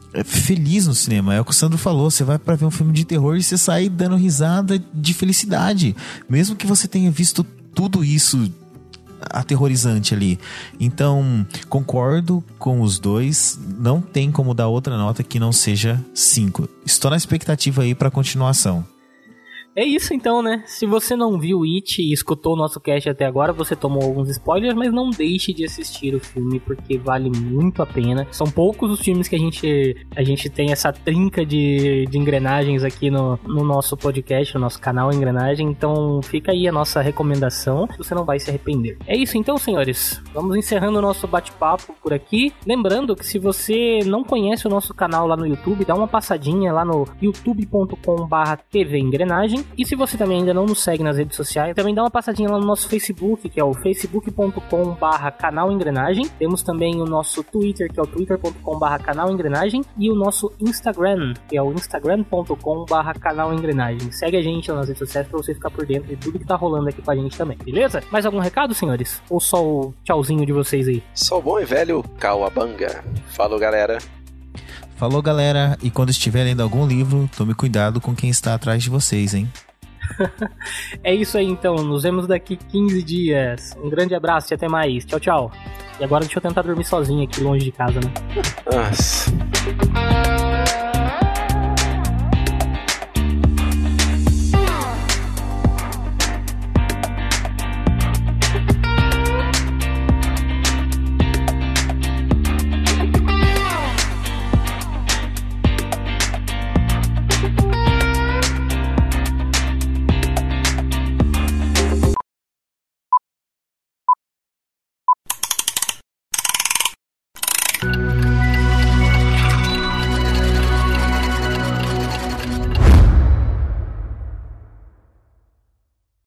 feliz no cinema. É o que o Sandro falou, você vai pra ver um filme de terror e você sai dando risada de felicidade, mesmo que você tenha visto tudo isso aterrorizante ali. Então, concordo com os dois, não tem como dar outra nota que não seja cinco. Estou na expectativa aí pra continuação. É isso então, né? Se você não viu It e escutou o nosso cast até agora, você tomou alguns spoilers, mas não deixe de assistir o filme, porque vale muito a pena. São poucos os filmes que a gente, a gente tem essa trinca de, de engrenagens aqui no, no nosso podcast, no nosso canal Engrenagem, então fica aí a nossa recomendação, você não vai se arrepender. É isso então, senhores. Vamos encerrando o nosso bate-papo por aqui. Lembrando que se você não conhece o nosso canal lá no YouTube, dá uma passadinha lá no youtube ponto com barra T V Engrenagem. Engrenagem. E se você também ainda não nos segue nas redes sociais, também dá uma passadinha lá no nosso Facebook, que é o facebook ponto com barra canal Engrenagem. Temos também o nosso Twitter, que é o twitter ponto com barra canal Engrenagem. E o nosso Instagram, que é o instagram ponto com barra canal Engrenagem. Segue a gente lá nas redes sociais pra você ficar por dentro de tudo que tá rolando aqui com a gente também, beleza? Mais algum recado, senhores? Ou só o tchauzinho de vocês aí? Só o bom e velho Cauabanga. Falou, galera. Falou, galera. E quando estiver lendo algum livro, tome cuidado com quem está atrás de vocês, hein? É isso aí, então. Nos vemos daqui quinze dias. Um grande abraço e até mais. Tchau, tchau. E agora deixa eu tentar dormir sozinho aqui longe de casa, né? Nossa.